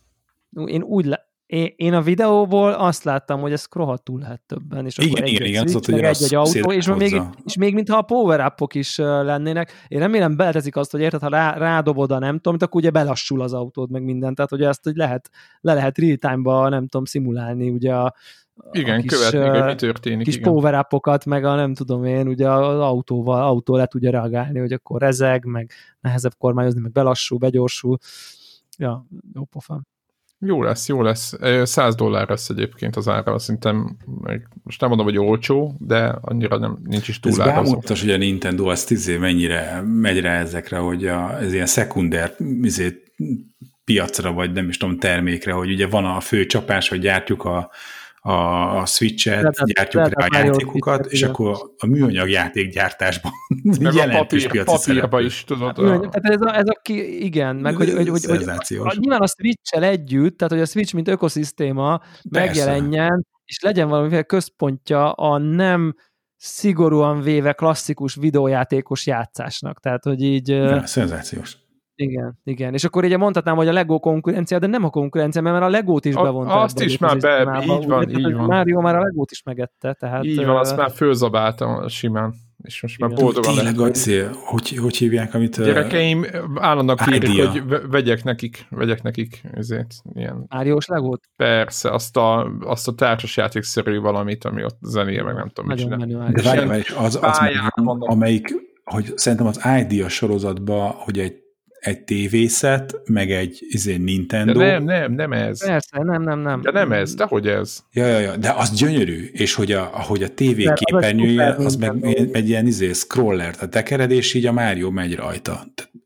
Én a videóból azt láttam, hogy ez rohadtul lehet többen, és akkor igen, egy autó, és még mintha a power-upok is lennének. Én remélem beleteszik azt, hogy érted, ha rádobod a nem tudom, akkor ugye belassul az autód, meg minden, tehát hogy ezt hogy le lehet real-time-ba, nem tudom, szimulálni, ugye igen, követni, hogy mi történik. Kis power-upokat, meg a nem tudom én, ugye az autó le tudja reagálni, hogy akkor rezeg, meg nehezebb kormányozni, meg belassul, begyorsul. Ja, jó pofa. Jó lesz. $100 lesz egyébként az ára, szerintem, most nem mondom, hogy olcsó, de annyira nincs is túl árazó. Ez bámutas, hogy a Nintendo azt mennyire megy rá ezekre, hogy ez ilyen szekunder piacra, vagy nem is tudom, termékre, hogy ugye van a fő csapás, hogy gyártjuk a Switch-et, gyártjuk rá a játékokat, és akkor a műanyag játékgyártásban jelentős piaci papírba is, tudod. Igen, meg hogy nyilván a Switch-el együtt, tehát hogy a Switch mint ökoszisztéma megjelenjen, és legyen valamiféle központja a nem szigorúan véve klasszikus videójátékos játszásnak. Tehát, hogy így... Szenzációs. Igen. És akkor ugye mondhatnám, hogy a Lego konkurencia, de nem a konkurencia, mert a Legót is bevonta. Azt is már így van. Mario már a Legót is megette, tehát... Így van, azt már fölzabáltam simán. És most már boldogan lehet. Tényleg, hogy hívják, amit... Gyerekeim állandóan kérik, hogy vegyek nekik ezért ilyen... Máriós Legót? Persze, azt a társasjátékszerű valamit, ami ott zenéje, meg nem tudom, mit csinál. De várj, az amelyik, hogy szerintem az Idea sorozatban, hogy egy tévészet, meg egy Nintendo. De nem ez. Persze, nem. De nem ez, dehogy ez. Ja, de az gyönyörű, és ahogy a tévé képernyője, az meg egy ilyen scroller, tehát tekered, és így a Mario megy rajta.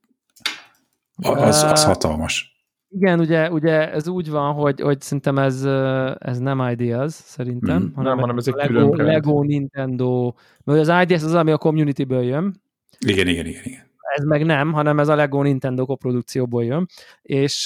Az hatalmas. Igen, ugye ez úgy van, hogy szerintem ez nem Ideas, szerintem, hanem ez egy külön Lego, Nintendo, mert az Ideas az, ami a communityből jön. Igen. Ez meg nem, hanem ez a Lego Nintendo koprodukcióból jön, és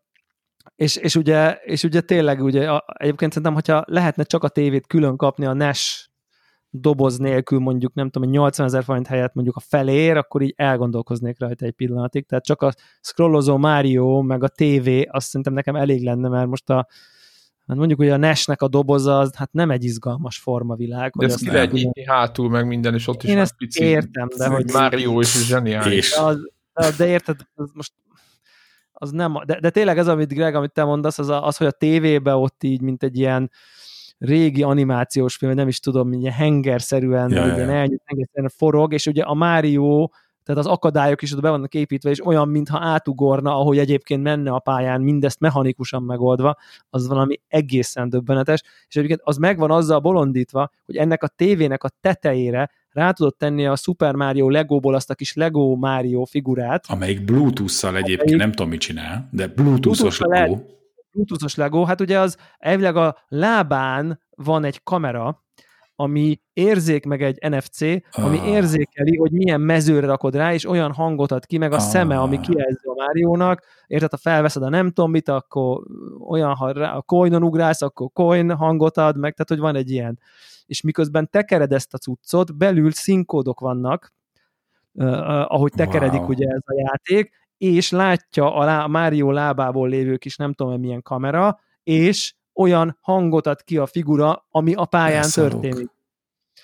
ugye tényleg egyébként szerintem, hogyha lehetne csak a tévét külön kapni a NES doboz nélkül, mondjuk nem tudom, 80 000 forint helyett mondjuk a felér, akkor így elgondolkoznék rajta egy pillanatig, tehát csak a scrollozó Mario meg a tévé, azt szerintem nekem elég lenne, mert most mondjuk, hogy a NES-nek a doboza az hát nem egy izgalmas formavilág. De ezt ki lehet nyitni hátul, meg minden, és ott is már pici. Értem, de hogy... Mario is zseniális. De érted, most az nem... De tényleg ez, amit Greg, amit te mondasz, az, hogy a tévébe ott így, mint egy ilyen régi animációs film, nem is tudom, ilyen hengerszerűen, hengerszerűen forog, és ugye a Mario, tehát az akadályok is ott be vannak építve, és olyan, mintha átugorna, ahogy egyébként menne a pályán, mindezt mechanikusan megoldva, az valami egészen döbbenetes, és egyébként az megvan azzal bolondítva, hogy ennek a tévének a tetejére rá tudod tenni a Super Mario Legóból azt a kis Lego Mario figurát. Amelyik Bluetooth-szal egyébként nem tudom, mit csinál, de Bluetooth-os Lego. Bluetooth-os Lego, hát ugye az elvileg a lábán van egy kamera, ami meg egy NFC, ami érzékeli, hogy milyen mezőre rakod rá, és olyan hangot ad ki, meg a szeme, ami kijelzi a Máriónak. Érted, ha felveszed a nem tudom mit, akkor olyan, ha a coinon ugrálsz, akkor coin hangot ad, meg tehát, hogy van egy ilyen. És miközben tekered ezt a cuccot, belül színkódok vannak, ahogy tekeredik ugye ez a játék, és látja a Mario lábából lévő kis nem tudom milyen kamera, és olyan hangot ad ki a figura, ami a pályán történik.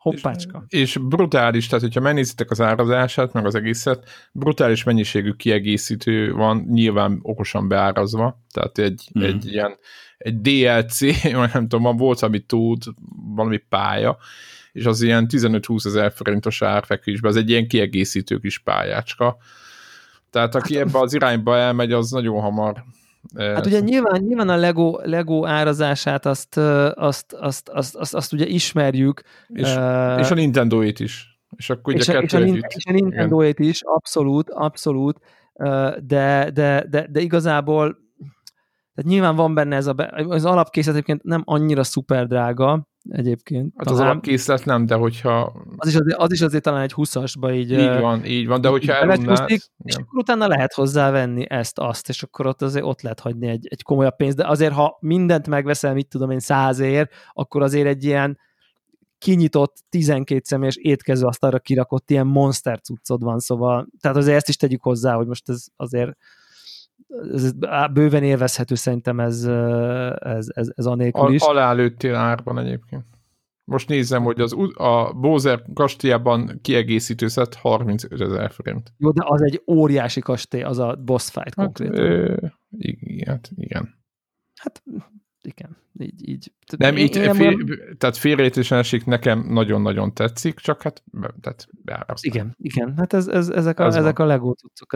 Hoppácska. És brutális, tehát hogyha megnézitek az árazását, meg az egészet, brutális mennyiségű kiegészítő van, nyilván okosan beárazva, tehát egy ilyen, egy DLC, vagy nem tudom, volt, amit tud, valami pálya, és az ilyen 15-20 ezer forintos árfekvésben, az egy ilyen kiegészítő kis pályácska. Tehát aki ebbe az irányba elmegy, az nagyon hamar. Hát ugye nyilván a Lego árazását azt ugye ismerjük. És a Nintendo-ét is. És akkor ugye és a Nintendo-ét is, abszolút. De igazából tehát nyilván van benne az alapkészlet egyébként nem annyira szuper drága egyébként. Hát az alapkészlet nem, de hogyha... Az is azért talán egy 20-asba így van, de hogyha elunnád... És akkor utána lehet hozzávenni ezt, és akkor ott lehet hagyni egy komolyabb pénzt, de azért, ha mindent megveszel, mit tudom én, 100-ért, akkor azért egy ilyen kinyitott 12 személyes étkezőasztalra kirakott ilyen monster cuccod van, szóval, tehát azért ezt is tegyük hozzá, hogy most ez azért ez bőven élvezhető szerintem ez anélkül is. Alá lőttél árban egyébként. Most nézem, hogy a Bowser kastélyában kiegészítő szett 35 000 forint. Jó, de az egy óriási kastély, az a boss fight konkrétan. Igen. Hát igen, így. Nem, tehát félreértésen esik, nekem nagyon-nagyon tetszik, csak hát tehát beárasztani. Igen, hát ezek a Lego cuccok,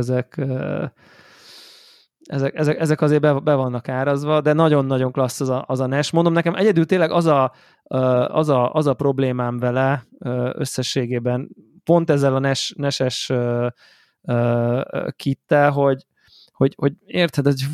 ezek azért be vannak árazva, de nagyon-nagyon klassz az a NES. Mondom, nekem egyedül tényleg az a problémám vele összességében, pont ezzel a NES-es kittel, hogy érted, hogy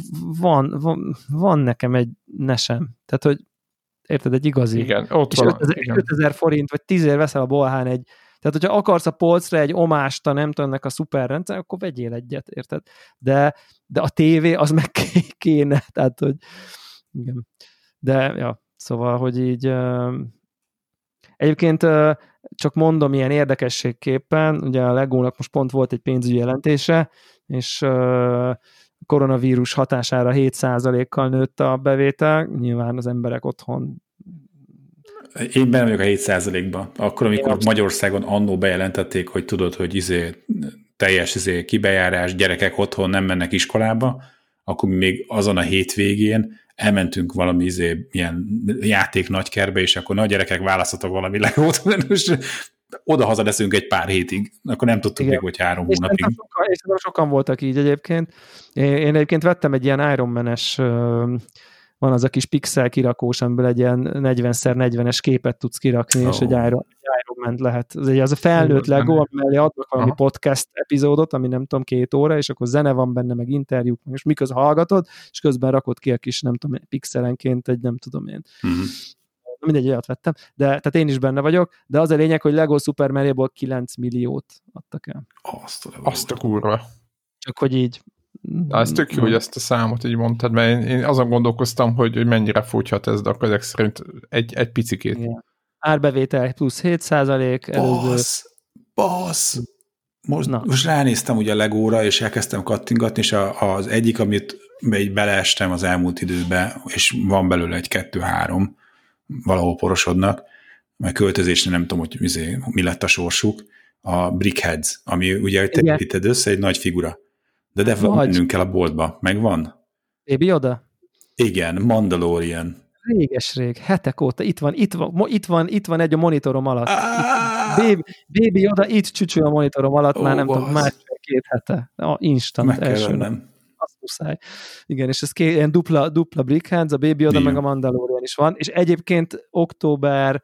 van nekem egy NES-em. Tehát, hogy érted, egy igazi. Igen, ott és van. 5000 forint, vagy 10 veszel a bolhán tehát, hogyha akarsz a polcra egy omást, nem tudom, ennek a szuperrendszer, akkor vegyél egyet, érted? De a tévé az meg kéne, tehát, hogy igen. De, ja, szóval, hogy így egyébként csak mondom ilyen érdekességképpen, ugye a Legónak most pont volt egy pénzügyi jelentése, és koronavírus hatására 7%-kal nőtt a bevétel, nyilván az emberek otthon. Én benne vagyok a 7%-ban. Akkor, amikor Magyarországon annó bejelentették, hogy tudod, hogy teljes kibejárás, gyerekek otthon nem mennek iskolába, akkor mi még azon a hétvégén elmentünk valami ilyen játék nagykerbe, és akkor gyerekek választhatok valami Legót, és oda-haza leszünk egy pár hétig. Akkor nem tudtuk még, hogy 3 hónapig. És sokan voltak így egyébként. Én egyébként vettem egy ilyen Iron Man-es, van az a kis pixel kirakós, amiből egy ilyen 40x40-es képet tudsz kirakni, és egy Iron Man-t lehet. Az a felnőtt Lego, amellé adnak valami podcast epizódot, ami nem tudom, 2 óra, és akkor zene van benne, meg interjúk, és miközben hallgatod, és közben rakod ki a kis, nem tudom, pixelenként egy nem tudom én. Mindegy, olyat vettem, de tehát én is benne vagyok, de az a lényeg, hogy Lego Super Mario-ból 9 milliót adtak el. Azt a kurva. Csak hogy így. Ez tök jó, hogy ezt a számot így mondtad, mert én azon gondolkoztam, hogy mennyire fogyhat ez, de akkor ezek szerint egy picikét. Igen. Árbevétel plusz 7%. Bassz! Most ránéztem ugye a Legóra, és elkezdtem kattingatni, és az egyik, amit beleestem az elmúlt időben, és van belőle 1-2-3, valahol porosodnak, majd költözésre nem tudom, hogy mi lett a sorsuk, a Brickheads, ami ugye telepíted össze egy nagy figura. De mennünk kell a boltba. Megvan? Baby Yoda? Igen, Mandalorian. Réges-rég, hetek óta. Itt van egy a monitorom alatt. Baby Yoda itt csücsül a monitorom alatt, már nem tudom, másfél-2 hete. Instant. Meg kell vennem. Azt muszáj. Igen, és ez ilyen dupla Brickheads, a Baby Yoda, meg a Mandalorian is van. És egyébként október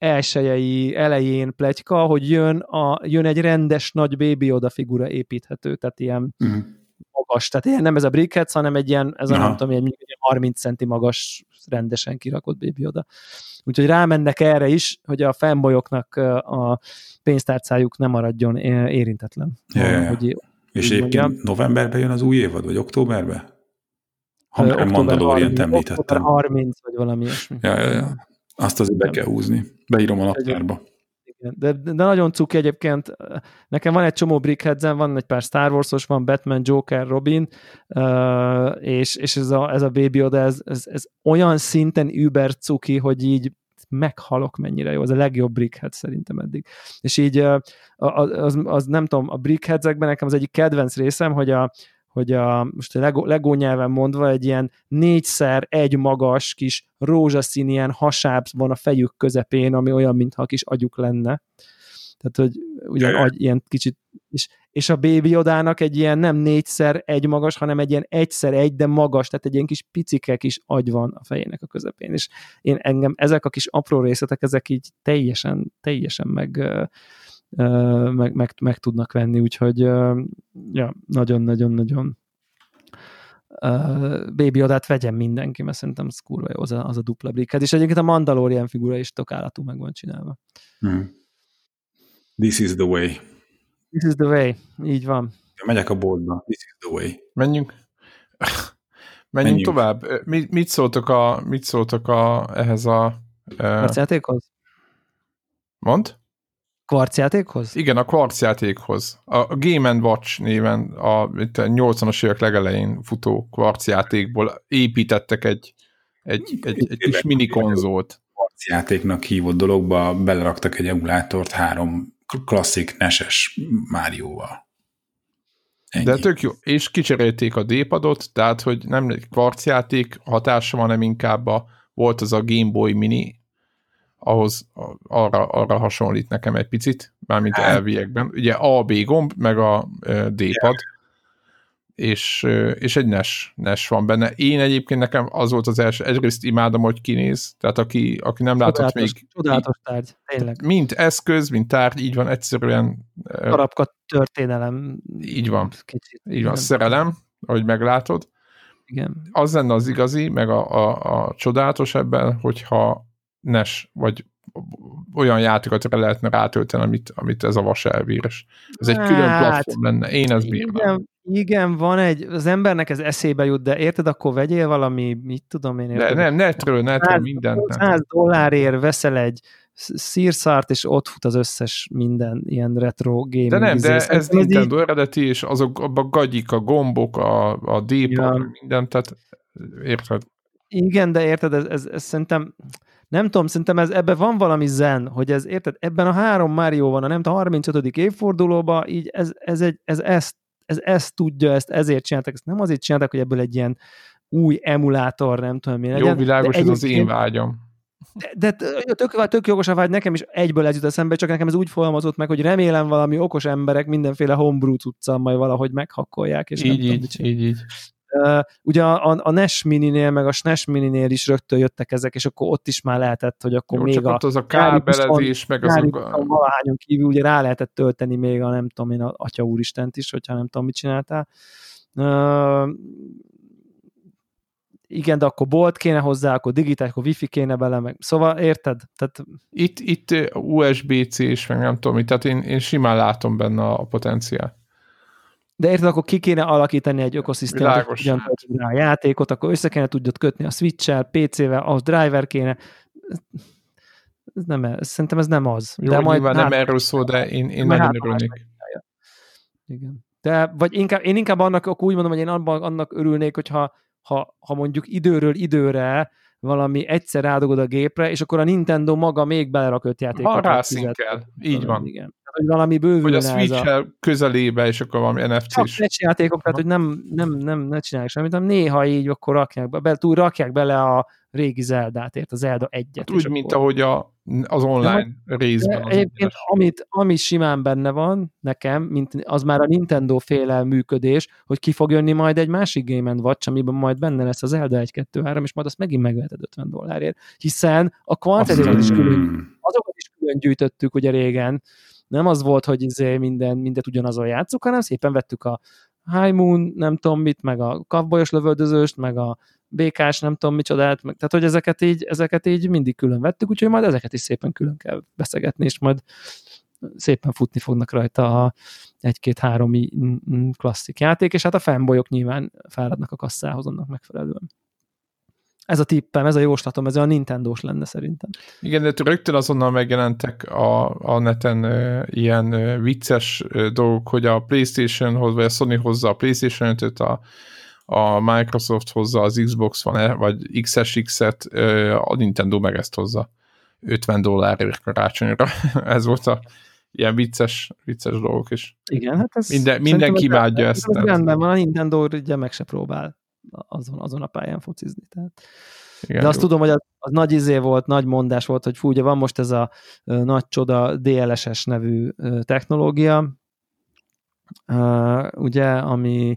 elején pletyka, hogy jön egy rendes nagy Baby Yoda figura építhető, tehát ilyen magas, tehát ilyen nem ez a Brickheads, hanem egy ilyen, ez a nem tudom, egy 30 centi magas rendesen kirakott Baby Yoda. Úgyhogy rámennek erre is, hogy a fanboyoknak a pénztárcájuk nem maradjon érintetlen. És egyébként novemberben jön az új évad, vagy októberben? Ha Mandalorian-t említettem. Október 30, vagy valami ilyesmi. Ja. Azt azért be kell húzni. Beírom a naptárba. De nagyon cuki egyébként. Nekem van egy csomó Brickheads-en, van egy pár Star Wars-os, van Batman, Joker, Robin, és ez a Baby Yoda, ez olyan szinten über cuki, hogy így meghalok, mennyire jó, az a legjobb Brickhead szerintem eddig. És így az nem tudom, a Brickheadsekben nekem az egyik kedvenc részem, hogy most a Lego nyelven mondva egy ilyen 4x1 magas kis rózsaszín ilyen hasáb van a fejük közepén, ami olyan, mintha a kis agyuk lenne. Tehát, hogy ugyan ilyen kicsit, és a Baby Yodának egy ilyen nem 4x1 magas, hanem egy ilyen 1x1, de magas, tehát egy ilyen kis picike kis agy van a fejének a közepén, és engem ezek a kis apró részletek, ezek így teljesen meg tudnak venni, úgyhogy ja, nagyon-nagyon-nagyon Baby Yodát vegyen mindenki, mert szerintem az kurva jó, az a dupla Brickhead, és egyébként a Mandalorian figura is tökéletül meg van csinálva. This is the way. This is the way, így van. Megyek a boltba, this is the way. Menjünk tovább. Mit szóltok ehhez a... Kvarcjátékhoz? Mondd? Kvarcjátékhoz? Igen, a kvarcjátékhoz. A Game & Watch néven a 80-as évek legelején futó kvarcjátékból építettek egy kis mini konzolt. Kvarcjátéknak hívott dologba beleraktak egy emulátort 3 klasszik NES-es Márióval. Ennyi. De tök jó. És kicserélték a D-padot, tehát, hogy nem egy kvarcjáték hatása van, hanem inkább volt az a Game Boy Mini, ahhoz arra hasonlít nekem egy picit, mármint elviekben. Ugye A, B gomb, meg a D-pad, és egy NES van benne. Én egyébként nekem az volt az első, egyrészt imádom, hogy kinéz, tehát aki nem látott még... Csodálatos tárgy, tényleg. Mint eszköz, mint tárgy, így van, egyszerűen... Darabka történelem. Így van. Kicsit. Így van, szerelem, ahogy meglátod. Igen. Az lenne az igazi, meg a csodálatos ebben, hogyha NES, vagy olyan játékot lehetne rátölteni, amit ez a vas elbír. Ez egy külön platform lenne. Én ezt bírnám. Igen, van az embernek ez eszébe jut, de érted, akkor vegyél valami, mit tudom én. Érted? Nem, netről mindent. $100 veszel egy szírszárt, és ott fut az összes minden ilyen retro game. De nem, de ez Nintendo eredeti, és azok abban gagyik, a gombok, a D-pad, minden, tehát érted? Igen, de érted, ez szerintem nem tudom, szerintem ebben van valami zen, hogy ez, érted, ebben a 3 Mario van, a 35. évfordulóban, így ez ezt tudja, ezért csináltak, ezt nem azért csináltak, hogy ebből egy ilyen új emulátor, nem tudom mi legyen. Jó, világos, ez az én vágyam. De tök jogos a vágy, nekem is egyből ez jut eszembe, csak nekem ez úgy fogalmazott meg, hogy remélem valami okos emberek mindenféle homebrew cuccal majd valahogy meghakkolják. És így. Ugye a NES Mininél, meg a SNES Mininél is rögtön jöttek ezek, és akkor ott is már lehetett, hogy akkor jó, még az a kábelezés, meg azok valahányon kívül ugye rá lehetett tölteni még a nem tudom én, a Atya Úristent is, hogyha nem tudom, mit csináltál. Igen, de akkor bolt kéne hozzá, akkor digitális, akkor wifi kéne bele, meg szóval érted? Tehát... Itt USB-C és meg nem tudom, tehát én simán látom benne a potenciál. De érted, akkor ki kéne alakítani egy ökoszisztémát, hogy ugyan töltjük rá a játékot, akkor össze kéne tudjad kötni a Switch-el, PC-vel, ahhoz driver kéne. Szerintem ez nem az. Jó, de majd nem erről szól, de én nagyon örülnék. Igen. De, vagy én inkább annak, akkor úgy mondom, hogy én annak örülnék, hogyha mondjuk időről időre valami egyszer rádogod a gépre, és akkor a Nintendo maga még belerak 5 játékot. Ha rászinkel, így van. Igen. Hogy valami bővülne. Hogy a Switch-el közelébe, és akkor valami NFC-s. Nem játékok, tehát hogy ne csinálják semmit, hanem néha így akkor rakják bele a régi Zeldát, a Zelda 1-et. Hát úgy, mint ahogy az online részben. Egyébként, ami simán benne van nekem, az már a Nintendo-féle működés, hogy ki fog jönni majd egy másik Game & Watch, amiben majd benne lesz a Zelda 1, 2, 3, és majd azt megint megveheted $50, hiszen a kvantitásokat is azokat is külön gyűjtöttük ugye régen. Nem az volt, hogy mindet ugyanazon játszuk, hanem szépen vettük a High Moon, nem tudom mit, meg a kavbolyos lövöldözőst, meg a békás, nem tudom micsodát, tehát hogy ezeket így mindig külön vettük, úgyhogy majd ezeket is szépen külön kell beszegetni, és majd szépen futni fognak rajta a 1-2-3 klasszik játék, és hát a fanboyok nyilván fáradnak a kasszához annak megfelelően. Ez a tippem, ez a jóslatom, ez a Nintendo-s lenne szerintem. Igen, de rögtön azonnal megjelentek a neten ilyen vicces dolgok, hogy a PlayStation-hoz, vagy a Sony hozza a PlayStation 5-öt, a Microsoft hozza az Xbox One, vagy XSX-et, a Nintendo meg ezt hozza. $50 karácsonyra. Ez volt a ilyen vicces dolgok is. Igen, hát ez... Mindenki imádja ezt. Ez rendben van, a Nintendo ugye meg se próbál azon a pályán focizni. Tehát. Igen, de azt tudom, hogy az nagy izé volt, nagy mondás volt, hogy ugye van most ez a nagy csoda DLSS nevű technológia, ugye, ami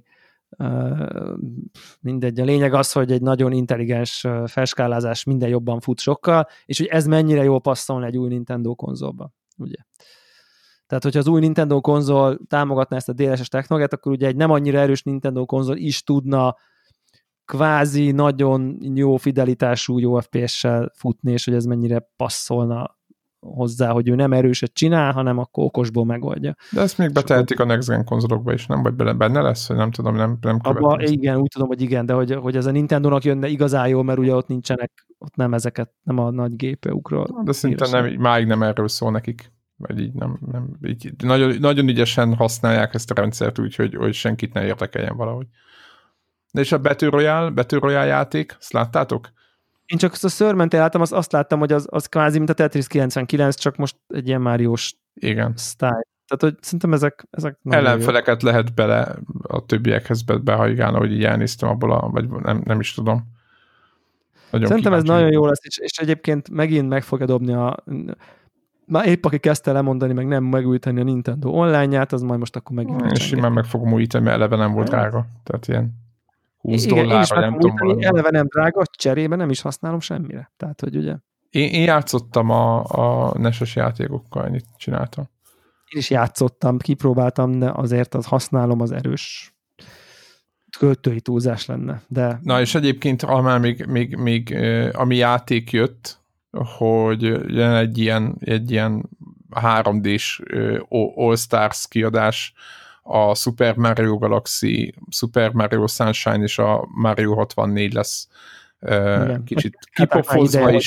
mindegy, a lényeg az, hogy egy nagyon intelligens felskálázás minden jobban fut sokkal, és hogy ez mennyire jól passzolna egy új Nintendo konzolba, ugye. Tehát, hogyha az új Nintendo konzol támogatná ezt a DLSS technológiát, akkor ugye egy nem annyira erős Nintendo konzol is tudna kvázi nagyon jó fidelitású, jó FPS-sel futni, és hogy ez mennyire passzolna hozzá, hogy ő nem erőset csinál, hanem akkor okosból megoldja. De ezt még betehetik a Next Gen konzolokba is, nem? Vagy benne lesz? Hogy nem tudom, nem követem. Igen, úgy tudom, hogy igen, de hogy ez a Nintendo-nak jönne igazán jól, mert ugye ott nincsenek, ott nem ezeket, nem a nagy GPU-król. De szinte máig nem erről szól nekik. Vagy így nem így nagyon, nagyon ügyesen használják ezt a rendszert, úgyhogy hogy senkit ne érdekeljen valahogy. De és a Battle Royale játék, azt láttátok? Én csak azt a szörmentél láttam, azt láttam, hogy az kvázi, mint a Tetris 99, csak most egy ilyen Máriós style. Tehát, hogy szerintem ezek ellenfeleket lehet bele a többiekhez behajgálni, hogy így elnéztem abból, vagy nem is tudom. Nagyon szerintem ez nagyon jó lesz, és egyébként megint meg fogja dobni már épp aki kezdte lemondani, meg nem megújítani a Nintendo online-ját, az majd most akkor megint és simán meg fogom újítani, mert eleve nem volt drága. Tehát ilyen $20, nem tudom. Eleve nem drága, cserébe nem is használom semmire. Tehát, hogy ugye... Én játszottam a NES-es játékokkal, ennyit csináltam. Én is játszottam, kipróbáltam, de azért az használom, az erős költői túlzás lenne. De... Na és egyébként, ha már még ami játék jött, hogy jön egy ilyen 3D-s All-Stars kiadás, a Super Mario Galaxy, Super Mario Sunshine és a Mario 64 lesz kicsit kipofozva, és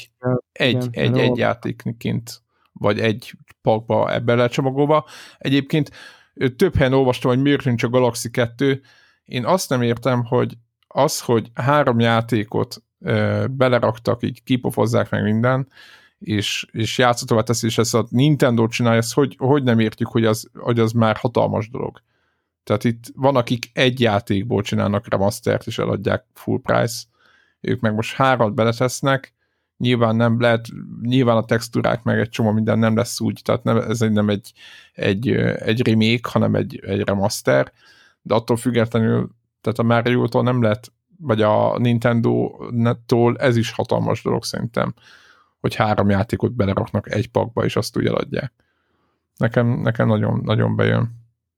egy játékként, vagy egy pakba ebbe lecsomagolva. Egyébként több helyen olvastam, hogy miért nincs a Galaxy 2. Én azt nem értem, hogy 3 játékot beleraktak, így kipofozzák meg minden, és játszhatóvá teszi, és ezt a Nintendo csinálja, ezt hogy nem értjük, hogy az már hatalmas dolog. Tehát itt van, akik egy játékból csinálnak remastert, és eladják full price, ők meg most 3 beletesznek, nyilván nem lehet, nyilván a textúrák meg egy csomó minden nem lesz úgy, tehát ez nem egy remake, hanem egy remaster, de attól függetlenül, tehát a Mario-tól nem lehet, vagy a Nintendo-tól ez is hatalmas dolog szerintem, hogy 3 játékot beleraknak egy pakba, és azt úgy eladják. Nekem nagyon, nagyon bejön.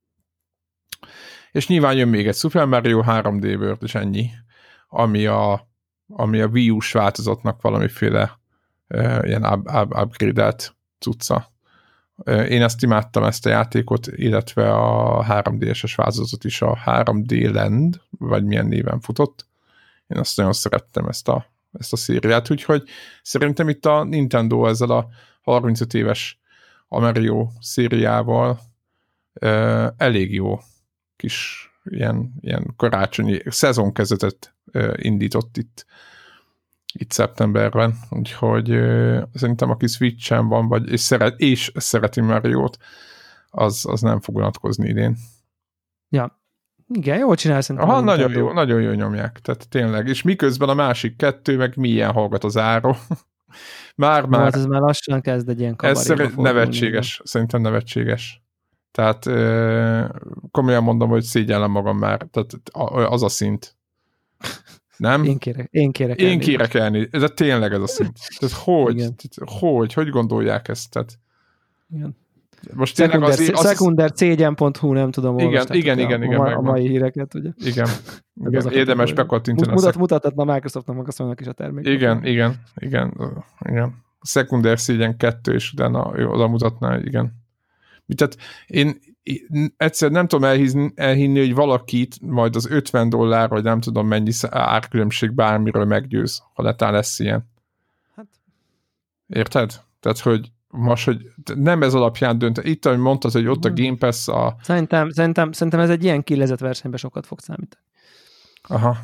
És nyilván jön még egy Super Mario 3D World, és ennyi, ami a Wii U-s változatnak valamiféle ilyen upgrade-elt cucca. Én ezt imádtam, ezt a játékot, illetve a 3DS-es változatot is, a 3D Land, vagy milyen néven futott. Én azt nagyon szerettem, ezt a szériát, úgyhogy szerintem itt a Nintendo ezzel a 35 éves Mario szériával elég jó kis ilyen karácsonyi szezonkezetet indított itt szeptemberben, úgyhogy szerintem aki Switchen van, és szereti Mario-t, az nem fog unatkozni idén. Ja. Igen, jól csinál szerintem. Aha, nagyon jó nyomják, tehát tényleg. És miközben a másik 2 meg milyen hallgat az áró. már. Ez már lassan kezd egy ilyen kabaréba. Ez nevetséges, szerintem nevetséges. Tehát komolyan mondom, hogy szégyellem magam már. Tehát az a szint. Nem? Én kérek elni. De tényleg ez a szint. Tehát hogy gondolják ezt? Tehát, igen. Most Szekunder cégyen.hu, nem tudom igen, a mai híreket, ugye? Igen. Érdemes bekattintani. Mutathatna Microsoftnak meg a Sony-nak is a terméket. Igen. Szekunder szégyen 2, és utána oda mutatná, igen. Tehát én egyszer nem tudom elhinni, hogy valakit majd az $50, vagy nem tudom mennyi árkülönbség bármiről meggyőz, ha letán lesz ilyen. Hát. Érted? Tehát, hogy most, hogy nem ez alapján dönt. Itt, ahogy mondtad, hogy ott a Game Pass Szerintem ez egy ilyen killezett versenyben sokat fog számítani. Aha.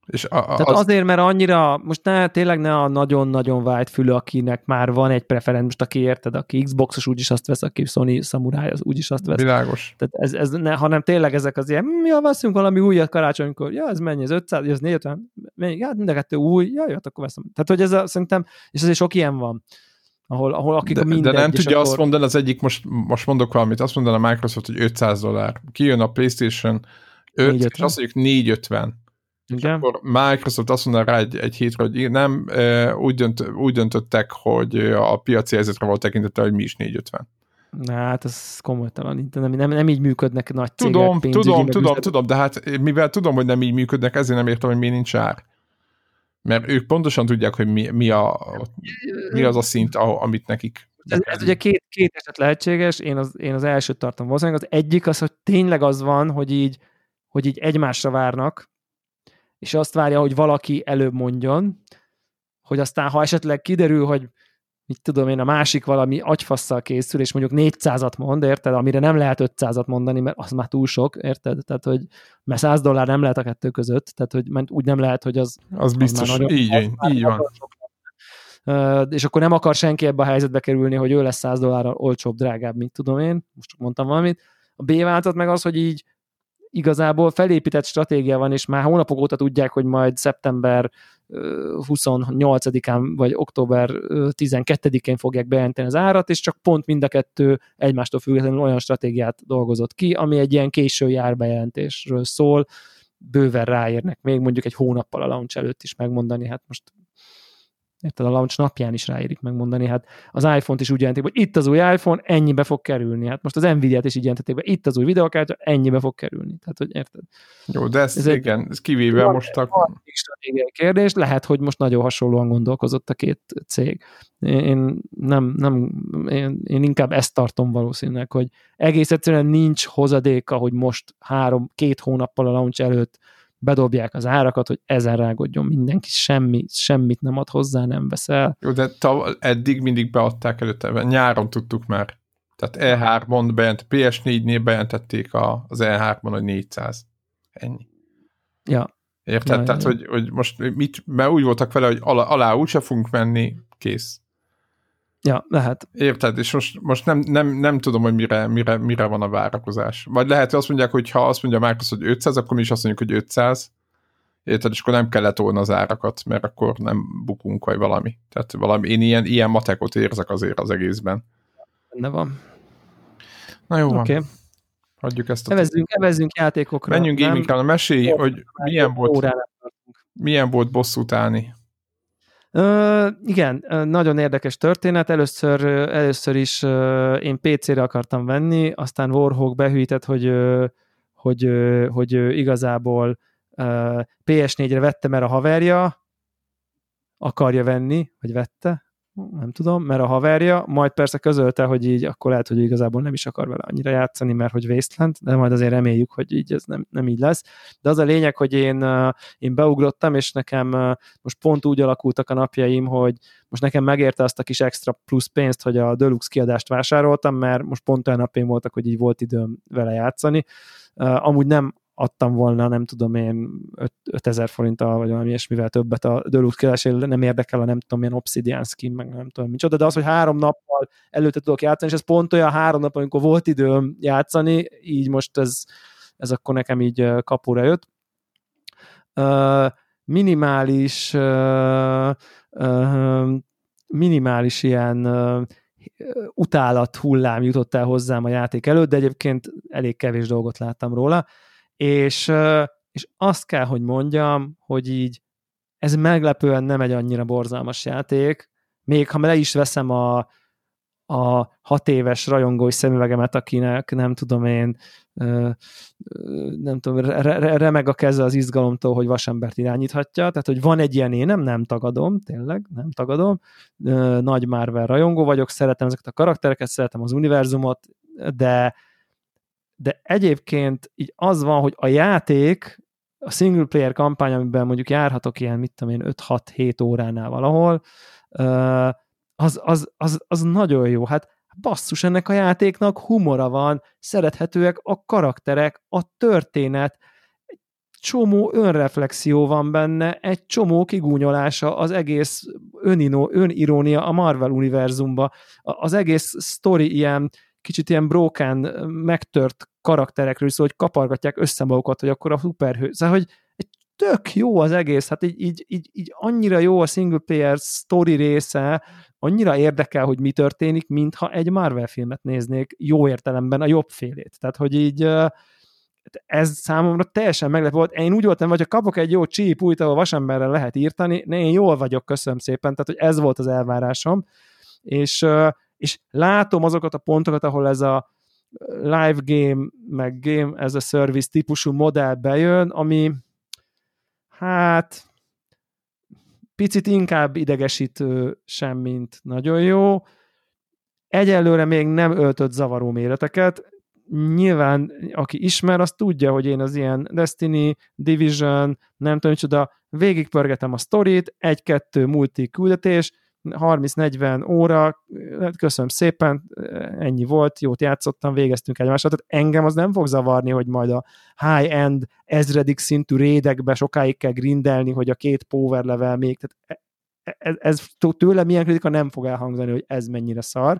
És tehát azért, mert annyira, most tényleg ne a nagyon-nagyon vált fülő, akinek már van egy preferenc, most aki érted, aki Xboxos úgyis azt vesz, aki Sony Samurai az úgyis azt vesz. Világos. Tehát ez hanem tényleg ezek az ilyen, veszünk valami újat karácsonykor, ez mennyi, ez 500, ez 450, hát mind a kettő új, hát akkor veszem. Tehát, hogy ez szerintem, és azért sok ilyen van, ahol akik mindegy. De nem tudja akkor... azt mondani, az egyik, most mondok valamit, azt mondani a Microsoft, hogy $500. Kijön a PlayStation 5, 450. És azt mondjuk 450. Igen. Akkor Microsoft azt mondaná rá egy hétre, hogy nem, úgy döntöttek, hogy a piaci helyzetre volt tekintettel, hogy mi is 450. Na, hát ez komolytalan. Nem így működnek nagy cégek. Tudom, de hát mivel tudom, hogy nem így működnek, ezért nem értem, hogy miért nincs ár. Mert ők pontosan tudják, hogy mi az a szint, amit nekik... Ez ugye két eset lehetséges, én az elsőt tartom valószínűleg. Az egyik az, hogy tényleg az van, hogy így egymásra várnak, és azt várja, hogy valaki előbb mondjon, hogy aztán, ha esetleg kiderül, hogy mit tudom én, a másik valami agyfasszal készül, és mondjuk 400-at mond, érted? Amire nem lehet 500-at mondani, mert az már túl sok, érted? Tehát, hogy mert $100 nem lehet a kettő között, tehát, hogy úgy nem lehet, hogy az biztos, nagyon, így van. És akkor nem akar senki ebbe a helyzetbe kerülni, hogy ő lesz $100 olcsóbb, drágább, mint tudom én, most csak mondtam valamit. A B változat meg az, hogy így igazából felépített stratégia van, és már hónapok óta tudják, hogy majd szeptember 28-án vagy október 12-én fogják bejelenteni az árat, és csak pont mind a kettő egymástól függetlenül olyan stratégiát dolgozott ki, ami egy ilyen késői árbejelentésről szól, bőven ráérnek még mondjuk egy hónappal a launch előtt is megmondani, hát most érted, a launch napján is ráérik megmondani, hát az iPhone-t is úgy jelentik, hogy itt az új iPhone, ennyibe fog kerülni. Hát most az Nvidia-t is így jelentették be, itt az új videokártya, ennyibe fog kerülni. Tehát, hogy érted? Jó, de ez kivéve most a... stratégiai kérdés, lehet, hogy most nagyon hasonlóan gondolkozott a két cég. Én inkább ezt tartom valószínűleg, hogy egész egyszerűen nincs hozadéka, hogy most 2 hónappal a launch előtt bedobják az árakat, hogy ezen rágodjon mindenki, semmit nem ad hozzá, nem veszel. Jó, de eddig mindig beadták előtte, nyáron tudtuk már. Tehát E3-on PS4-nél bejelentették az E3-on, hogy 400. Ennyi. Ja. Érted? Tehát, hogy most mert úgy voltak vele, hogy alá úgyse fogunk menni, kész. Ja, lehet. Érted? És most nem tudom, hogy mire van a várakozás. Vagy lehet, hogy azt mondják, hogy ha azt mondja a Microsoft, hogy 500, akkor mi is azt mondjuk, hogy 500. Érted? És akkor nem kell letolni az árakat, mert akkor nem bukunk, vagy valami. Tehát én ilyen matekot érzek azért az egészben. Benne van. Na jó van. Hagyjuk ezt Evezzünk játékokra. Menjünk gamingre, mesélj, hogy milyen volt bosszút állni. Igen, nagyon érdekes történet. Először is én PC-re akartam venni, aztán Warhawk behűített, hogy igazából PS4-re vette, mert a haverja akarja venni, vagy vette, nem tudom, mert a haverja, majd persze közölte, hogy így akkor lehet, hogy igazából nem is akar vele annyira játszani, mert hogy Wasteland, de majd azért reméljük, hogy így ez nem így lesz. De az a lényeg, hogy én beugrottam, és nekem most pont úgy alakultak a napjaim, hogy most nekem megérte azt a kis extra plusz pénzt, hogy a Deluxe kiadást vásároltam, mert most pont olyan napjaim voltak, hogy így volt időm vele játszani. Amúgy nem adtam volna, nem tudom én, 5000 forinttal, vagy valami ilyesmivel többet a Deluxe kiadásért, nem érdekel a nem tudom ilyen Obsidian skin, meg nem tudom micsoda, de az, hogy 3 nappal előtte tudok játszani, és ez pont olyan 3 nap, amikor volt időm játszani, így most ez akkor nekem így kapura jött. Minimális ilyen utálat hullám jutott el hozzám a játék előtt, de egyébként elég kevés dolgot láttam róla, és azt kell, hogy mondjam, hogy így ez meglepően nem egy annyira borzalmas játék, még ha le is veszem a 6 éves rajongói szemüvegemet, akinek nem tudom én, nem tudom, remeg a keze az izgalomtól, hogy vasembert irányíthatja, tehát hogy van egy ilyen énem, nem tagadom, tényleg, nem tagadom, nagy Marvel rajongó vagyok, szeretem ezeket a karaktereket, szeretem az univerzumot, de egyébként így az van, hogy a játék, a single player kampány, amiben mondjuk járhatok ilyen, mit tudom én, 5-6-7 óránál valahol, az nagyon jó. Hát basszus, ennek a játéknak humora van, szerethetőek a karakterek, a történet, csomó önreflexió van benne, egy csomó kigúnyolása az egész önirónia a Marvel univerzumba. Az egész sztori ilyen kicsit ilyen broken, megtört karakterekről szól, hogy kapargatják össze magukat, hogy akkor a szuperhő. Szóval, hogy tök jó az egész, hát így annyira jó a single player story része, annyira érdekel, hogy mi történik, mintha egy Marvel filmet néznék jó értelemben, a jobb félét. Tehát, hogy így ez számomra teljesen meglepő volt. Én úgy voltam, hogy ha kapok egy jó csípújt, ahol vasemberrel lehet írtani, én jól vagyok, köszönöm szépen, tehát, hogy ez volt az elvárásom, és látom azokat a pontokat, ahol ez a live game, meg game as a service típusú modell bejön, ami hát picit inkább idegesítő sem, mint nagyon jó. Egyelőre még nem öltött zavaró méreteket. Nyilván, aki ismer, az tudja, hogy én az ilyen Destiny, Division, nem tudom micsoda, végigpörgetem a sztorit, 1-2 multi küldetés, 30-40 óra, köszönöm szépen, ennyi volt, jót játszottam, végeztünk egymással, tehát engem az nem fog zavarni, hogy majd a high-end ezredik szintű raidekbe sokáig kell grindelni, hogy a 2 power level még, tehát ez tőlem ilyen kritika nem fog elhangzani, hogy ez mennyire szar.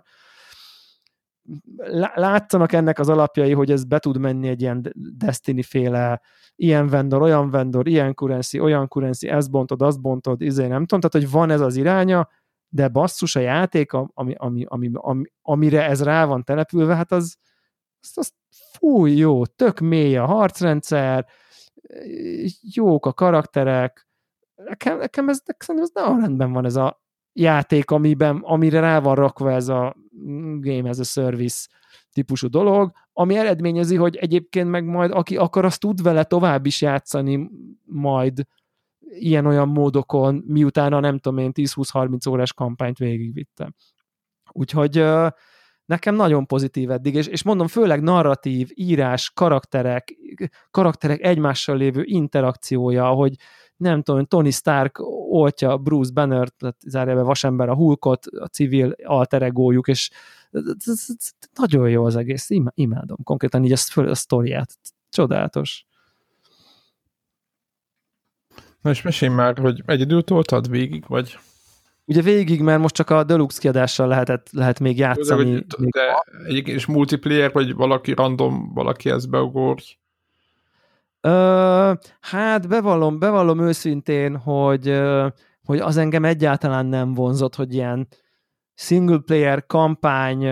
Látszanak ennek az alapjai, hogy ez be tud menni egy ilyen Destiny-féle ilyen vendor, olyan vendor, ilyen currency, olyan currency, ezt bontod, azt bontod, nem tudom, tehát hogy van ez az iránya, de basszus a játék, amire ez rá van települve, hát az fúj, jó, tök mély a harcrendszer, jók a karakterek, nekem ez nagyon rendben van ez a játék, amire rá van rakva ez a game as a service típusú dolog, ami eredményezi, hogy egyébként meg majd aki akar, azt tud vele tovább is játszani majd ilyen-olyan módokon, miután a nem tudom én 10-20-30 órás kampányt végigvittem. Úgyhogy nekem nagyon pozitív eddig, és mondom, főleg narratív, írás, karakterek egymással lévő interakciója, hogy nem tudom, Tony Stark oltja Bruce Banner, tehát zárjában vasember a Hulkot, a civil alter egójuk, és nagyon jó az egész, imádom konkrétan így a sztoriát. Csodálatos. Na és mesélj már, hogy egyedül toltad végig, vagy? Ugye végig, mert most csak a Deluxe kiadással lehet még játszani. De egyébként is multiplayer, vagy valaki random, valaki ezt beugorj? Hát bevallom őszintén, hogy az engem egyáltalán nem vonzott, hogy ilyen single player kampány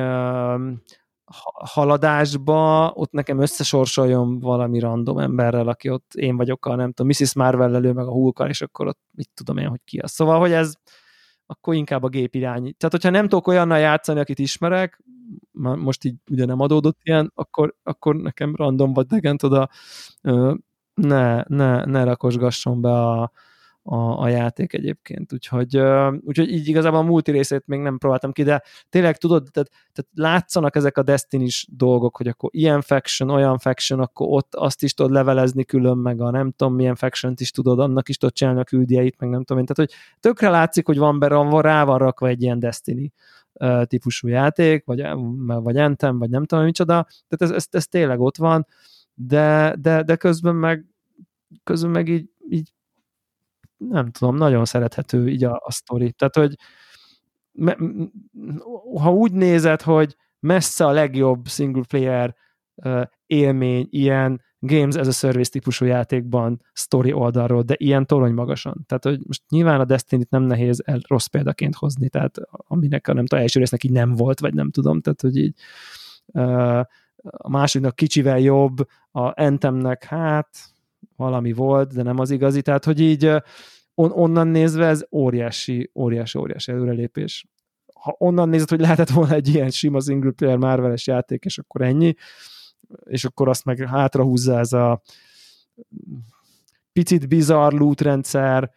haladásba, ott nekem összesorsoljon valami random emberrel, aki ott én vagyok a nem tudom, Mrs. Marvel-lel, meg a Hulkkal, és akkor ott mit tudom én, hogy ki az. Szóval, hogy ez akkor inkább a gép irányít. Tehát, hogyha nem tudok olyannal játszani, akit ismerek, most így ugye nem adódott ilyen, akkor nekem random vagy degent oda ne rakosgasson be a játék egyébként. Úgyhogy így igazából a multi részét még nem próbáltam ki, de tényleg tudod, tehát látszanak ezek a Destiny-s dolgok, hogy akkor ilyen faction, olyan faction, akkor ott azt is tudod levelezni külön, meg a nem tudom milyen faction-t is tudod, annak is tudod csinálni a küldjeit, meg nem tudom én. Tehát, hogy tökre látszik, hogy rá van rakva egy ilyen Destiny típusú játék, vagy Anthem, vagy nem tudom micsoda, tehát ez tényleg ott van, de közben meg így nem tudom, nagyon szerethető így a sztori. Tehát, hogy ha úgy nézed, hogy messze a legjobb single player élmény ilyen Games as a Service típusú játékban sztori oldalról, de ilyen torony magasan. Tehát, hogy most nyilván a Destiny-t nem nehéz rossz példaként hozni, tehát aminek a nem tudom, első résznek így nem volt, vagy nem tudom, tehát, hogy így a másodiknak kicsivel jobb, a Anthemnek hát valami volt, de nem az igazi, tehát, hogy így onnan nézve ez óriási előrelépés. Ha onnan nézed, hogy lehetett volna egy ilyen sima single player Marvel-es játék, és akkor ennyi, és akkor azt meg hátrahúzza ez a picit bizarr loot rendszer,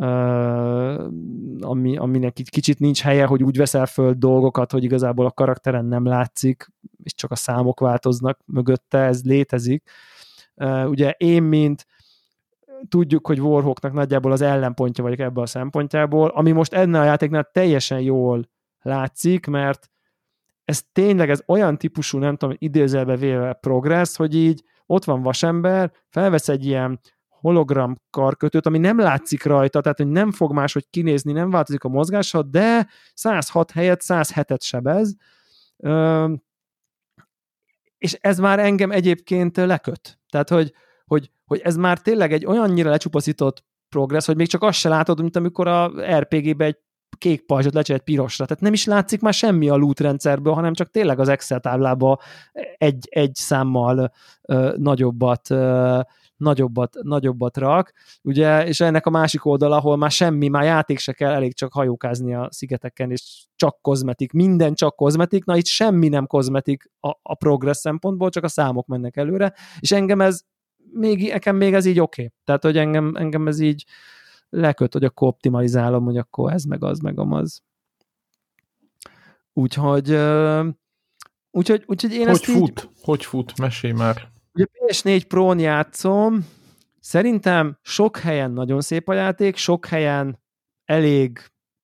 aminek itt kicsit nincs helye, hogy úgy veszel föl dolgokat, hogy igazából a karakteren nem látszik, és csak a számok változnak mögötte, ez létezik. Ugye én, mint tudjuk, hogy Warhawknak nagyjából az ellenpontja vagyok ebből a szempontjából, ami most ennél a játéknál teljesen jól látszik, mert ez tényleg ez olyan típusú, nem tudom, idézelbe véve progress, hogy így ott van vasember, felvesz egy ilyen hologram karkötőt, ami nem látszik rajta, tehát hogy nem fog máshogy kinézni, nem változik a mozgása, de 106 helyett 107-et sebez, és ez már engem egyébként leköt. Tehát, hogy ez már tényleg egy olyannyira lecsupaszított progressz, hogy még csak azt se látod, mint amikor a RPG-be egy kék pajzsot lecserélt pirosra. Tehát nem is látszik már semmi a loot rendszerből, hanem csak tényleg az Excel táblába egy számmal nagyobbat rak, ugye, és ennek a másik oldal, ahol már semmi, már játék se kell, elég csak hajókázni a szigeteken, és csak kozmetik, minden csak kozmetik, na itt semmi nem kozmetik a progress szempontból, csak a számok mennek előre, és nekem még ez így oké. Tehát, hogy engem ez így leköt, hogy akkor optimalizálom, hogy akkor ez meg az, meg amaz. Úgyhogy én ezt így... Hogy fut? Mesélj már. Ugye PS4 Pro-n játszom, szerintem sok helyen nagyon szép a játék, sok helyen elég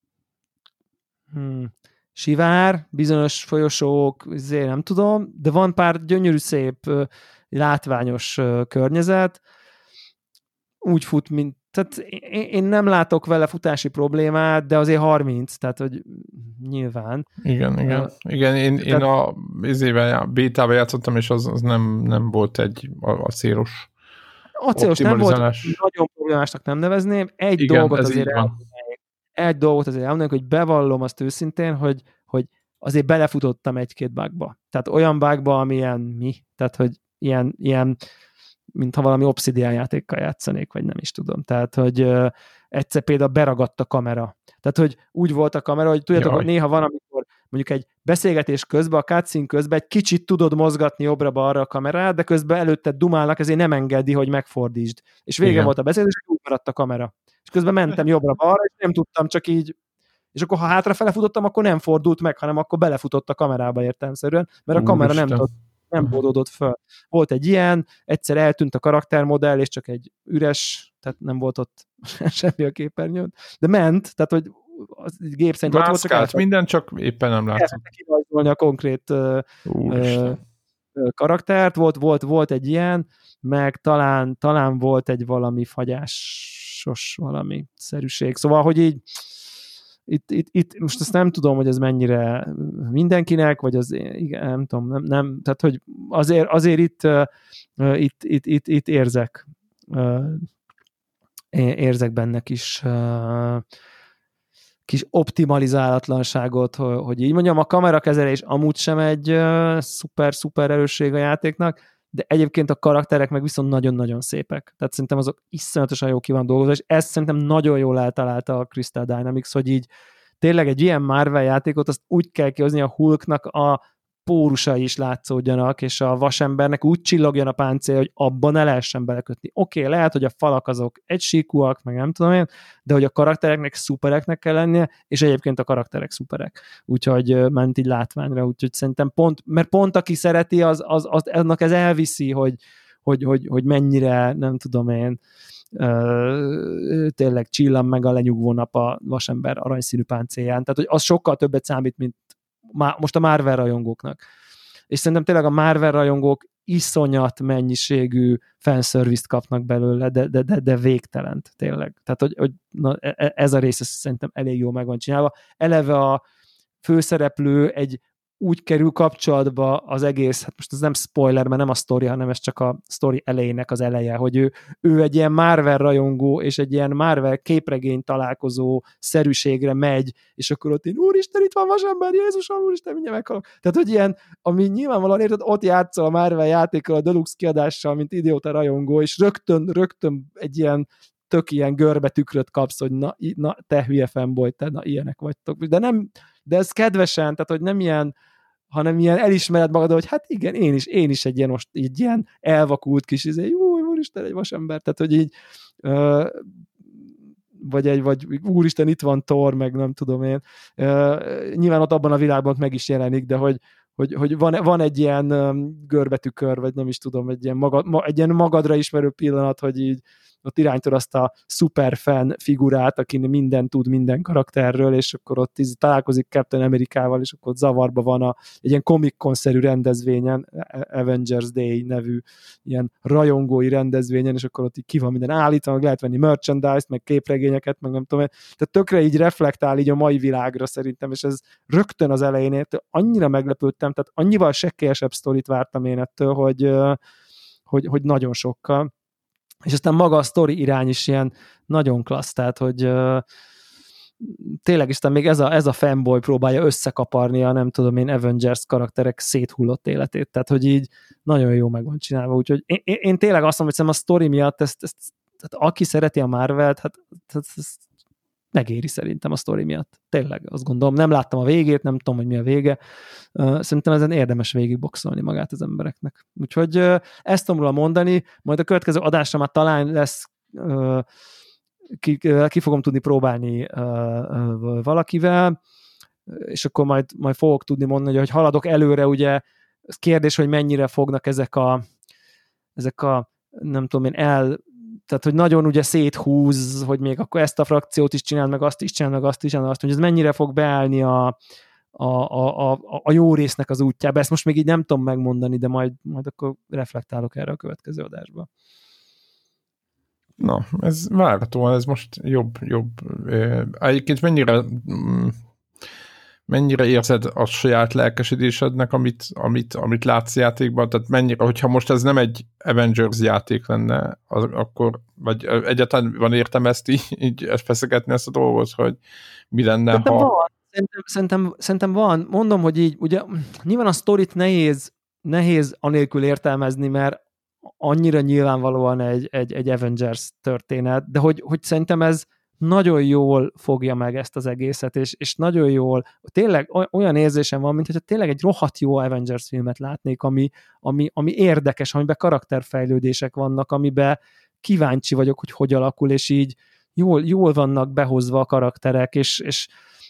sivár, bizonyos folyosók, azért nem tudom, de van pár gyönyörű, szép, látványos környezet, úgy fut, mint tehát én nem látok vele futási problémát, de azért 30, tehát hogy nyilván. Igen, én a bétával játszottam, és az nem volt egy acélos nem volt, nagyon problémásnak nem nevezném. Egy dolgot azért elmondanék, hogy bevallom azt őszintén, hogy azért belefutottam egy-két bugba. Tehát olyan bugba, ami tehát hogy ilyen mintha valami Obsidian játékkal játszanék, vagy nem is tudom. Tehát, hogy egyszer például beragadt a kamera. Tehát, hogy úgy volt a kamera, hogy tudjátok, hogy néha van, amikor mondjuk egy beszélgetés közben, a cutscene közben egy kicsit tudod mozgatni jobbra-balra a kamerát, de közben előtted dumálnak, ezért nem engedi, hogy megfordítsd. És vége volt a beszélgetés, és úgy maradt a kamera. És közben mentem jobbra-balra, és nem tudtam csak így, és akkor ha hátrafele futottam, akkor nem fordult meg, hanem akkor belefutott a kamerába értelemszerűen, mert a kamera nem bódódott föl. Volt egy ilyen, egyszer eltűnt a karaktermodell, és csak egy üres, tehát nem volt ott semmi a képernyőn, de ment, tehát hogy az gép szerint ott volt, csak minden, csak éppen nem látszott. Kirajzolni a konkrét karaktert, volt egy ilyen, meg talán volt egy valami fagyásos valami szerűség. Szóval, hogy így itt most azt nem tudom, hogy ez mennyire mindenkinek, vagy az, igen, nem tudom, nem, tehát, hogy azért itt érzek benne kis optimalizálatlanságot, hogy így mondjam, a kamerakezelés amúgy sem egy szuper erősség a játéknak, de egyébként a karakterek meg viszont nagyon-nagyon szépek. Tehát szerintem azok iszonyatosan jó ki van dolgozva, és ezt szerintem nagyon jól eltalálta a Crystal Dynamics, hogy így tényleg egy ilyen Marvel játékot azt úgy kell kihozni, a Hulknak a pórusai is látszódjanak, és a vasembernek úgy csillogjon a páncél, hogy abban ne lehessen belekötni. Oké, lehet, hogy a falak azok egysíkúak, meg nem tudom én, de hogy a karaktereknek szupereknek kell lennie, és egyébként a karakterek szuperek. Úgyhogy ment így látványra, úgyhogy szerintem pont aki szereti, annak ez elviszi, hogy mennyire, nem tudom én, tényleg csillan meg a lenyugvó nap a vasember aranyszínű páncélján. Tehát, hogy az sokkal többet számít, mint most a Marvel rajongóknak. És szerintem tényleg a Marvel rajongók iszonyat mennyiségű fanservice-t kapnak belőle, de végtelent tényleg. Tehát, hogy ez a része szerintem elég jól meg van csinálva. Eleve a főszereplő úgy kerül kapcsolatba az egész, hát most ez nem spoiler, mert nem a sztori, hanem ez csak a sztori elejének az eleje, hogy ő egy ilyen Marvel rajongó, és egy ilyen Marvel képregény találkozó szerűségre megy, és akkor ott én, úristen, itt van vasember, Jézusom, úristen, mindjárt meghalok. Tehát, hogy ilyen, ami nyilvánvalóan érted, ott játszol a Marvel játékkal, a Deluxe kiadással, mint idióta rajongó, és rögtön egy ilyen tök ilyen görbe tükröt kapsz, hogy na te hülye fanboy, te ilyenek vagytok. De ez kedvesen, tehát, hogy nem ilyen, hanem ilyen elismered magad, hogy hát igen, én is egy ilyen elvakult kis úristen, egy vasember, tehát, hogy így vagy úristen, itt van Thor, meg nem tudom én. Nyilván ott abban a világban meg is jelenik, de hogy van egy ilyen görbetükör, vagy nem is tudom, egy ilyen magadra ismerő pillanat, hogy így ott irányítod azt a szuperfan figurát, aki minden tud minden karakterről, és akkor ott találkozik Captain Amerikával, és akkor ott zavarba van egy ilyen Comic-Con-szerű rendezvényen, Avengers Day nevű ilyen rajongói rendezvényen, és akkor ott így ki van minden állítva, meg lehet venni merchandise-t, meg képregényeket, meg nem tudom, tehát tökre így reflektál így a mai világra szerintem, és ez rögtön az elején annyira meglepődtem, tehát annyival sekkélyesebb sztorit vártam én ettől, hogy nagyon sokkal. És aztán maga a sztori irány is ilyen nagyon klassz, tehát hogy tényleg is még ez a fanboy próbálja összekaparni a nem tudom én Avengers karakterek széthullott életét, tehát hogy így nagyon jó meg van csinálva, úgyhogy én tényleg azt mondom, hogy a sztori miatt tehát aki szereti a Marvelt, hát ezt megéri szerintem a sztori miatt. Tényleg, azt gondolom. Nem láttam a végét, nem tudom, hogy mi a vége. Szerintem ezen érdemes végigboxolni magát az embereknek. Úgyhogy ezt tudom róla mondani, majd a következő adásra már talán lesz ki fogom tudni próbálni valakivel, és akkor majd fogok tudni mondani, hogy haladok előre, ugye kérdés, hogy mennyire fognak ezek a nem tudom én tehát, hogy nagyon ugye széthúz, hogy még akkor ezt a frakciót is csinál, meg azt is csinál, meg azt is csinál, azt, hogy ez mennyire fog beállni a jó résznek az útjába. Ezt most még így nem tudom megmondani, de majd akkor reflektálok erre a következő adásba. Na, ez várhatóan, ez most jobb. Egyébként mennyire érzed a saját lelkesedésednek, amit látsz játékban, tehát mennyire, hogyha most ez nem egy Avengers játék lenne, akkor, vagy egyáltalán van értem így feszegetni ezt a dolgot, hogy mi lenne, szerintem ha... Van. Szerintem van. Mondom, hogy így, ugye nyilván a sztorit nehéz anélkül értelmezni, mert annyira nyilvánvalóan egy Avengers történet, de hogy szerintem ez nagyon jól fogja meg ezt az egészet, és nagyon jól, tényleg olyan érzésem van, mintha tényleg egy rohadt jó Avengers filmet látnék, ami érdekes, amiben karakterfejlődések vannak, amiben kíváncsi vagyok, hogy alakul, és így jól vannak behozva a karakterek, és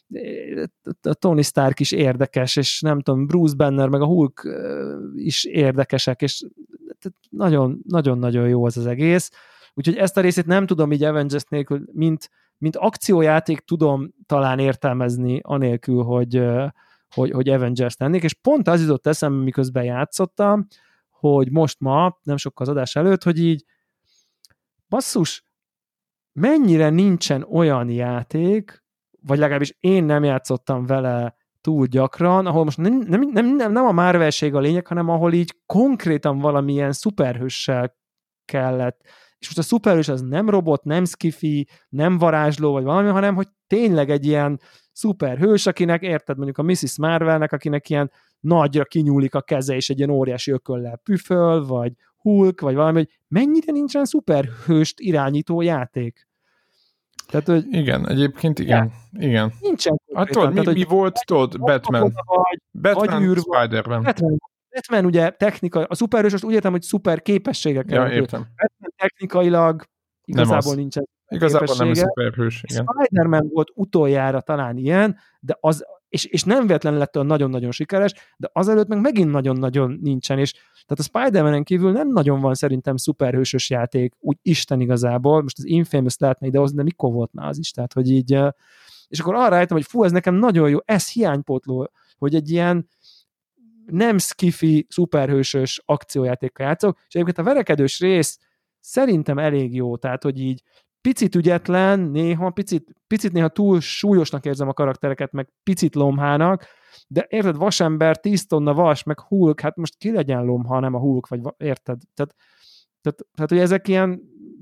a Tony Stark is érdekes, és nem tudom, Bruce Banner meg a Hulk is érdekesek, és nagyon-nagyon jó az egész. Úgyhogy ezt a részét nem tudom így Avengers nélkül, mint akciójáték tudom talán értelmezni anélkül, hogy Avengers tennék, és pont az jutott eszembe, miközben játszottam, hogy most ma, nem sokkal az adás előtt, hogy így basszus, mennyire nincsen olyan játék, vagy legalábbis én nem játszottam vele túl gyakran, ahol most nem a Marvel-ség a lényeg, hanem ahol így konkrétan valamilyen szuperhőssel kellett, és most a szuperhős az nem robot, nem skifi, nem varázsló, vagy valami, hanem hogy tényleg egy ilyen szuperhős, akinek, érted, mondjuk a Mrs. Marvelnek, akinek ilyen nagyra kinyúlik a keze, és egy ilyen óriási ököllel püföl, vagy Hulk, vagy valami, hogy mennyire nincsen szuperhőst irányító játék. Tehát, hogy igen, egyébként igen. Nincsen. Hát tudod, mi volt, tudod? Batman, Spider-Man. Batman ugye a szuperhős, most úgy értem, hogy szuper képességekkel. Ja, értem. Batman technikailag igazából nincsen igazából nem szuperhős, igen. Spider-Man volt utoljára talán ilyen, de az, és nem véletlenül lett olyan nagyon-nagyon sikeres, de azelőtt meg megint nagyon-nagyon nincsen, és tehát a Spider-Man-en kívül nem nagyon van szerintem szuperhősös játék, úgy Isten igazából, most az Infamous lehetne idehozni, de mikor volt már az is, tehát hogy így, és akkor arra rájöttem, hogy fú, ez nekem nagyon jó, ez hiánypótló, hogy egy ilyen nem skifi, szuperhősös akciójátékkal játszok, és egyébként a verekedős rész szerintem elég jó, tehát hogy így picit ügyetlen, néha picit néha túl súlyosnak érzem a karaktereket, meg picit lomhának, de érted, vasember, 10 tonna vas, meg Hulk, hát most ki legyen lomha, nem a Hulk, vagy érted? Tehát hogy ezek ilyen,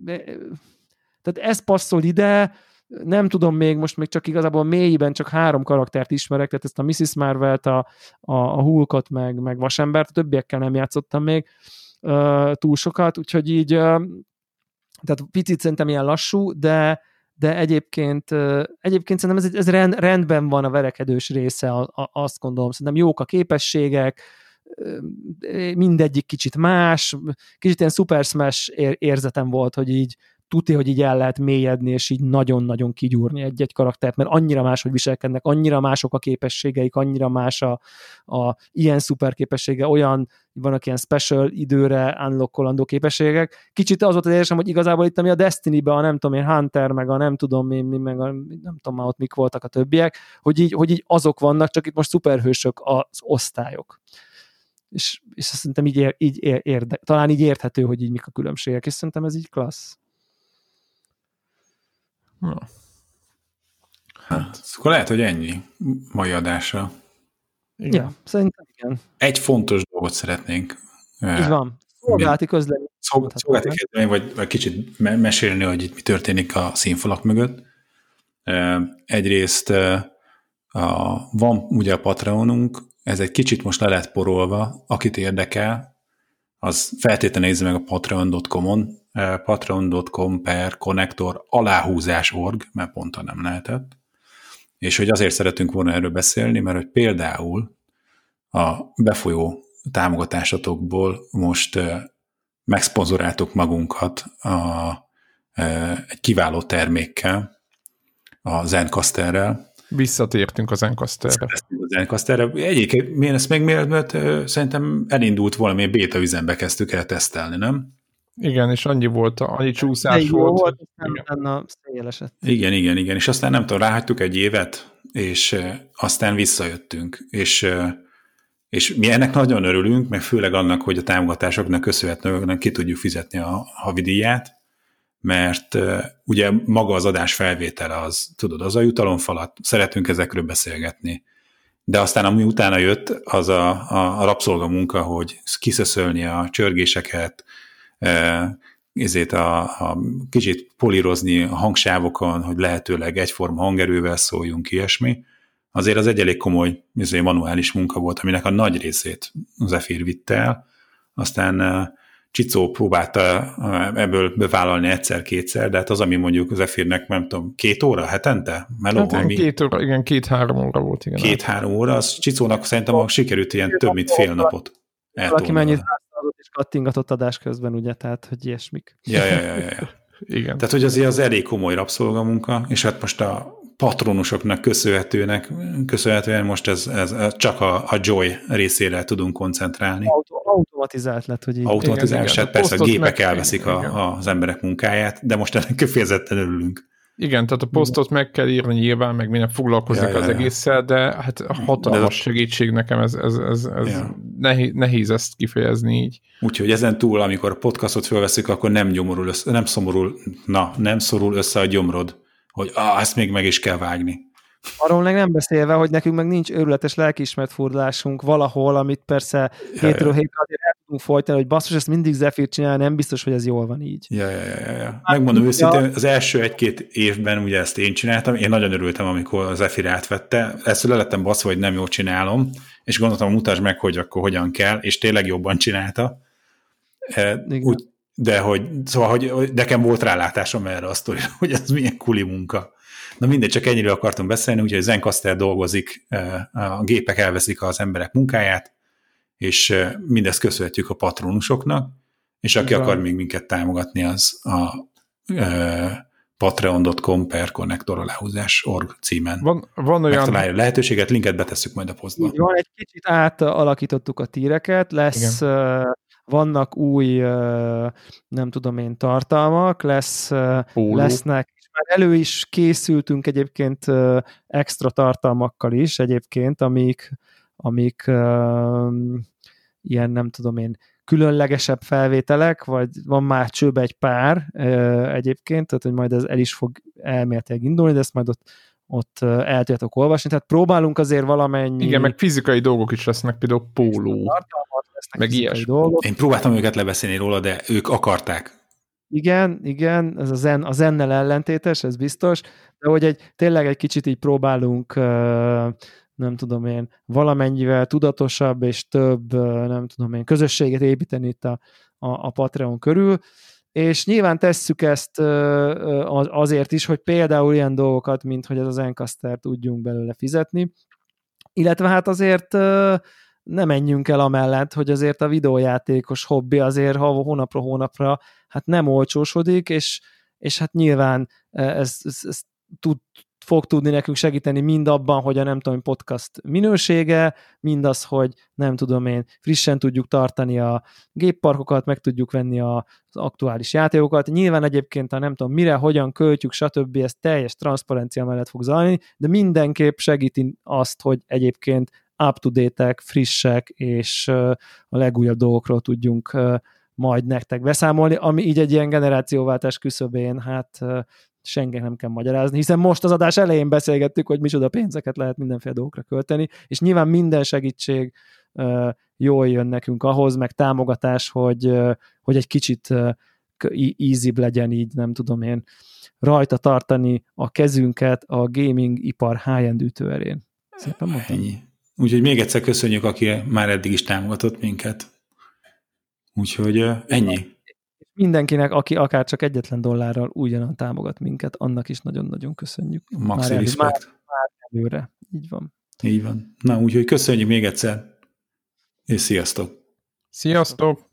tehát ez passzol ide, nem tudom még csak igazából mélyben csak 3 karaktert ismerek, tehát ezt a Mrs. Marvelt, a Hulkot, meg vasembert, a többiekkel nem játszottam még túl sokat, úgyhogy így tehát picit szerintem ilyen lassú, de egyébként szerintem ez rendben van a verekedős része, azt gondolom, szerintem jók a képességek, mindegyik kicsit más, kicsit ilyen Super Smash érzetem volt, hogy így tuti, hogy így el lehet mélyedni, és így nagyon-nagyon kigyúrni egy-egy karaktert, mert annyira máshogy viselkednek, annyira mások a képességeik, annyira más a ilyen szuper képessége, olyan, vannak ilyen special időre unlockolandó képességek. Kicsit az volt az érzésem, hogy igazából itt, ami a Destiny-ben, a nem tudom én, Hunter, meg a nem tudom én, meg a, nem tudom már ott mik voltak a többiek, hogy így azok vannak, csak itt most szuperhősök az osztályok. És azt szerintem talán így érthető, hogy így mik a különbségek, és szerintem ez így klassz. Hát, akkor lehet, hogy ennyi mai adásra. Igen. Ja, szerintem igen. Egy fontos dolgot szeretnénk. Így van. Szolgálati közlemény. Szolgálati közlemény, vagy kicsit mesélni, hogy itt mi történik a színfalak mögött. Egyrészt van ugye a Patreonunk, ez egy kicsit most le lett porolva, akit érdekel, az feltétlenül nézze meg a patreon.com-on, patreon.com/connector_org, mert ponton nem lehetett. És hogy azért szeretünk volna erről beszélni, mert hogy például a befolyó támogatásatokból most megszponzoráltuk magunkat egy kiváló termékkel, a Zencastr-rel. Visszatértünk a Zencastr-re. Egyébként ezt még mielőtt szerintem elindult valami béta üzembe kezdtük el tesztelni, nem? Igen, és annyi csúszás volt. Igen, és aztán nem tudom, ráhagytuk egy évet, és aztán visszajöttünk, és mi ennek nagyon örülünk, meg főleg annak, hogy a támogatásoknak köszönhetően ki tudjuk fizetni a havidíját, mert ugye maga az adás felvétele az, tudod, az a jutalomfalat, szeretünk ezekről beszélgetni. De aztán ami utána jött, az a rabszolgamunka, hogy kiszöszölni a csörgéseket, ezért a kicsit polírozni a hangsávokon, hogy lehetőleg egyforma hangerővel szóljunk, ilyesmi. Azért az egy elég komoly manuális munka volt, aminek a nagy részét Zephyr vitte el. Aztán Csicó próbálta ebből bevállalni egyszer-kétszer, de hát az, ami mondjuk Zephyrnek, nem tudom, 2 óra hetente? Meló, hát, 2 óra, igen, 2-3 óra volt. 2-3 óra, az Csicónak szerintem sikerült ilyen több mint fél napot eltolni. Valaki mennyit háztazott és kattingatott adás közben, ugye, tehát, hogy ilyesmik. Ja. Igen. Tehát, hogy azért az elég komoly rabszolgamunka, és hát most a patronusoknak köszönhetően most ez csak a Joy részére tudunk koncentrálni. Automatizált lett, hogy így. Automatizált, és hát persze a gépek elveszik az emberek munkáját, de most ennek kifejezetten örülünk. Igen, tehát a posztot meg kell írni nyilván, meg minden foglalkozik az egésszel, de hát hatalmas segítség nekem, ez nehéz ezt kifejezni így. Úgyhogy ezen túl, amikor a podcastot felveszik, akkor nem szorul össze a gyomrod, hogy ezt még meg is kell vágni. Arról meg nem beszélve, hogy nekünk meg nincs őrületes lelkiismert fordulásunk valahol, amit persze hétről hétre azért el tudunk folytani, hogy basszus, ezt mindig Zephyr csinál, nem biztos, hogy ez jól van így. Ja. Megmondom őszintén, az első 1-2 évben ugye ezt én csináltam, én nagyon örültem, amikor a Zephyr átvette, ezt le lettem baszva, hogy nem jól csinálom, és gondoltam, mutasd meg, hogy akkor hogyan kell, és tényleg jobban csinálta. De hogy nekem volt rálátásom erre a sztorira, hogy ez milyen kuli munka. Na mindegy, csak ennyiről akartunk beszélni, úgyhogy Zencastr dolgozik, a gépek elveszik az emberek munkáját, és mindezt köszönhetjük a patronusoknak, és aki akar még minket támogatni, az a patreon.com/connector_org címen van olyan megtalálja lehetőséget, linket betesszük majd a posztba. Így van, egy kicsit átalakítottuk a tíreket, vannak új, nem tudom én, tartalmak, lesznek, és már elő is készültünk egyébként extra tartalmakkal is egyébként, amik ilyen, nem tudom én, különlegesebb felvételek, vagy van már csőbe egy pár egyébként, tehát hogy majd ez el is fog elméletileg indulni, de ezt majd ott el tudjátok olvasni, tehát próbálunk azért valamennyi... Igen, meg fizikai dolgok is lesznek, például póló, meg ilyesmi. Én próbáltam őket lebeszélni róla, de ők akarták. Igen, ez a zennel ellentétes, ez biztos, de hogy tényleg egy kicsit így próbálunk, nem tudom én, valamennyivel tudatosabb és több, nem tudom én, közösséget építeni itt a Patreon körül, és nyilván tesszük ezt azért is, hogy például ilyen dolgokat, mint hogy ez az Zencastr tudjunk belőle fizetni, illetve hát azért ne menjünk el amellett, hogy azért a videójátékos hobbi azért hónapra hát nem olcsósodik, és és hát nyilván ez fog tudni nekünk segíteni mind abban, hogy a nem tudom, podcast minősége, mind az, hogy nem tudom én, frissen tudjuk tartani a gépparkokat, meg tudjuk venni az aktuális játékokat. Nyilván egyébként, ha nem tudom mire, hogyan költjük, stb. Ez teljes transzparencia mellett fog zajlani, de mindenképp segíti azt, hogy egyébként up-to-date-ek, frissek, és a legújabb dolgokról tudjunk majd nektek beszámolni, ami így egy ilyen generációváltás küszöbén, hát senki nem kell magyarázni, hiszen most az adás elején beszélgettük, hogy micsoda pénzeket lehet mindenféle dolgokra költeni, és nyilván minden segítség jól jön nekünk ahhoz, meg támogatás, hogy egy kicsit easybb legyen így, nem tudom én, rajta tartani a kezünket a gaming ipar high-end ütőerén. Szépen mondtam. Ennyi. Úgyhogy még egyszer köszönjük, aki már eddig is támogatott minket. Úgyhogy ennyi. Mindenkinek, aki akár csak $1 ugyanan támogat minket, annak is nagyon-nagyon köszönjük. Maxi respekt. Már előre. Így van. Így van. Na, úgyhogy köszönjük még egyszer, és sziasztok! Sziasztok!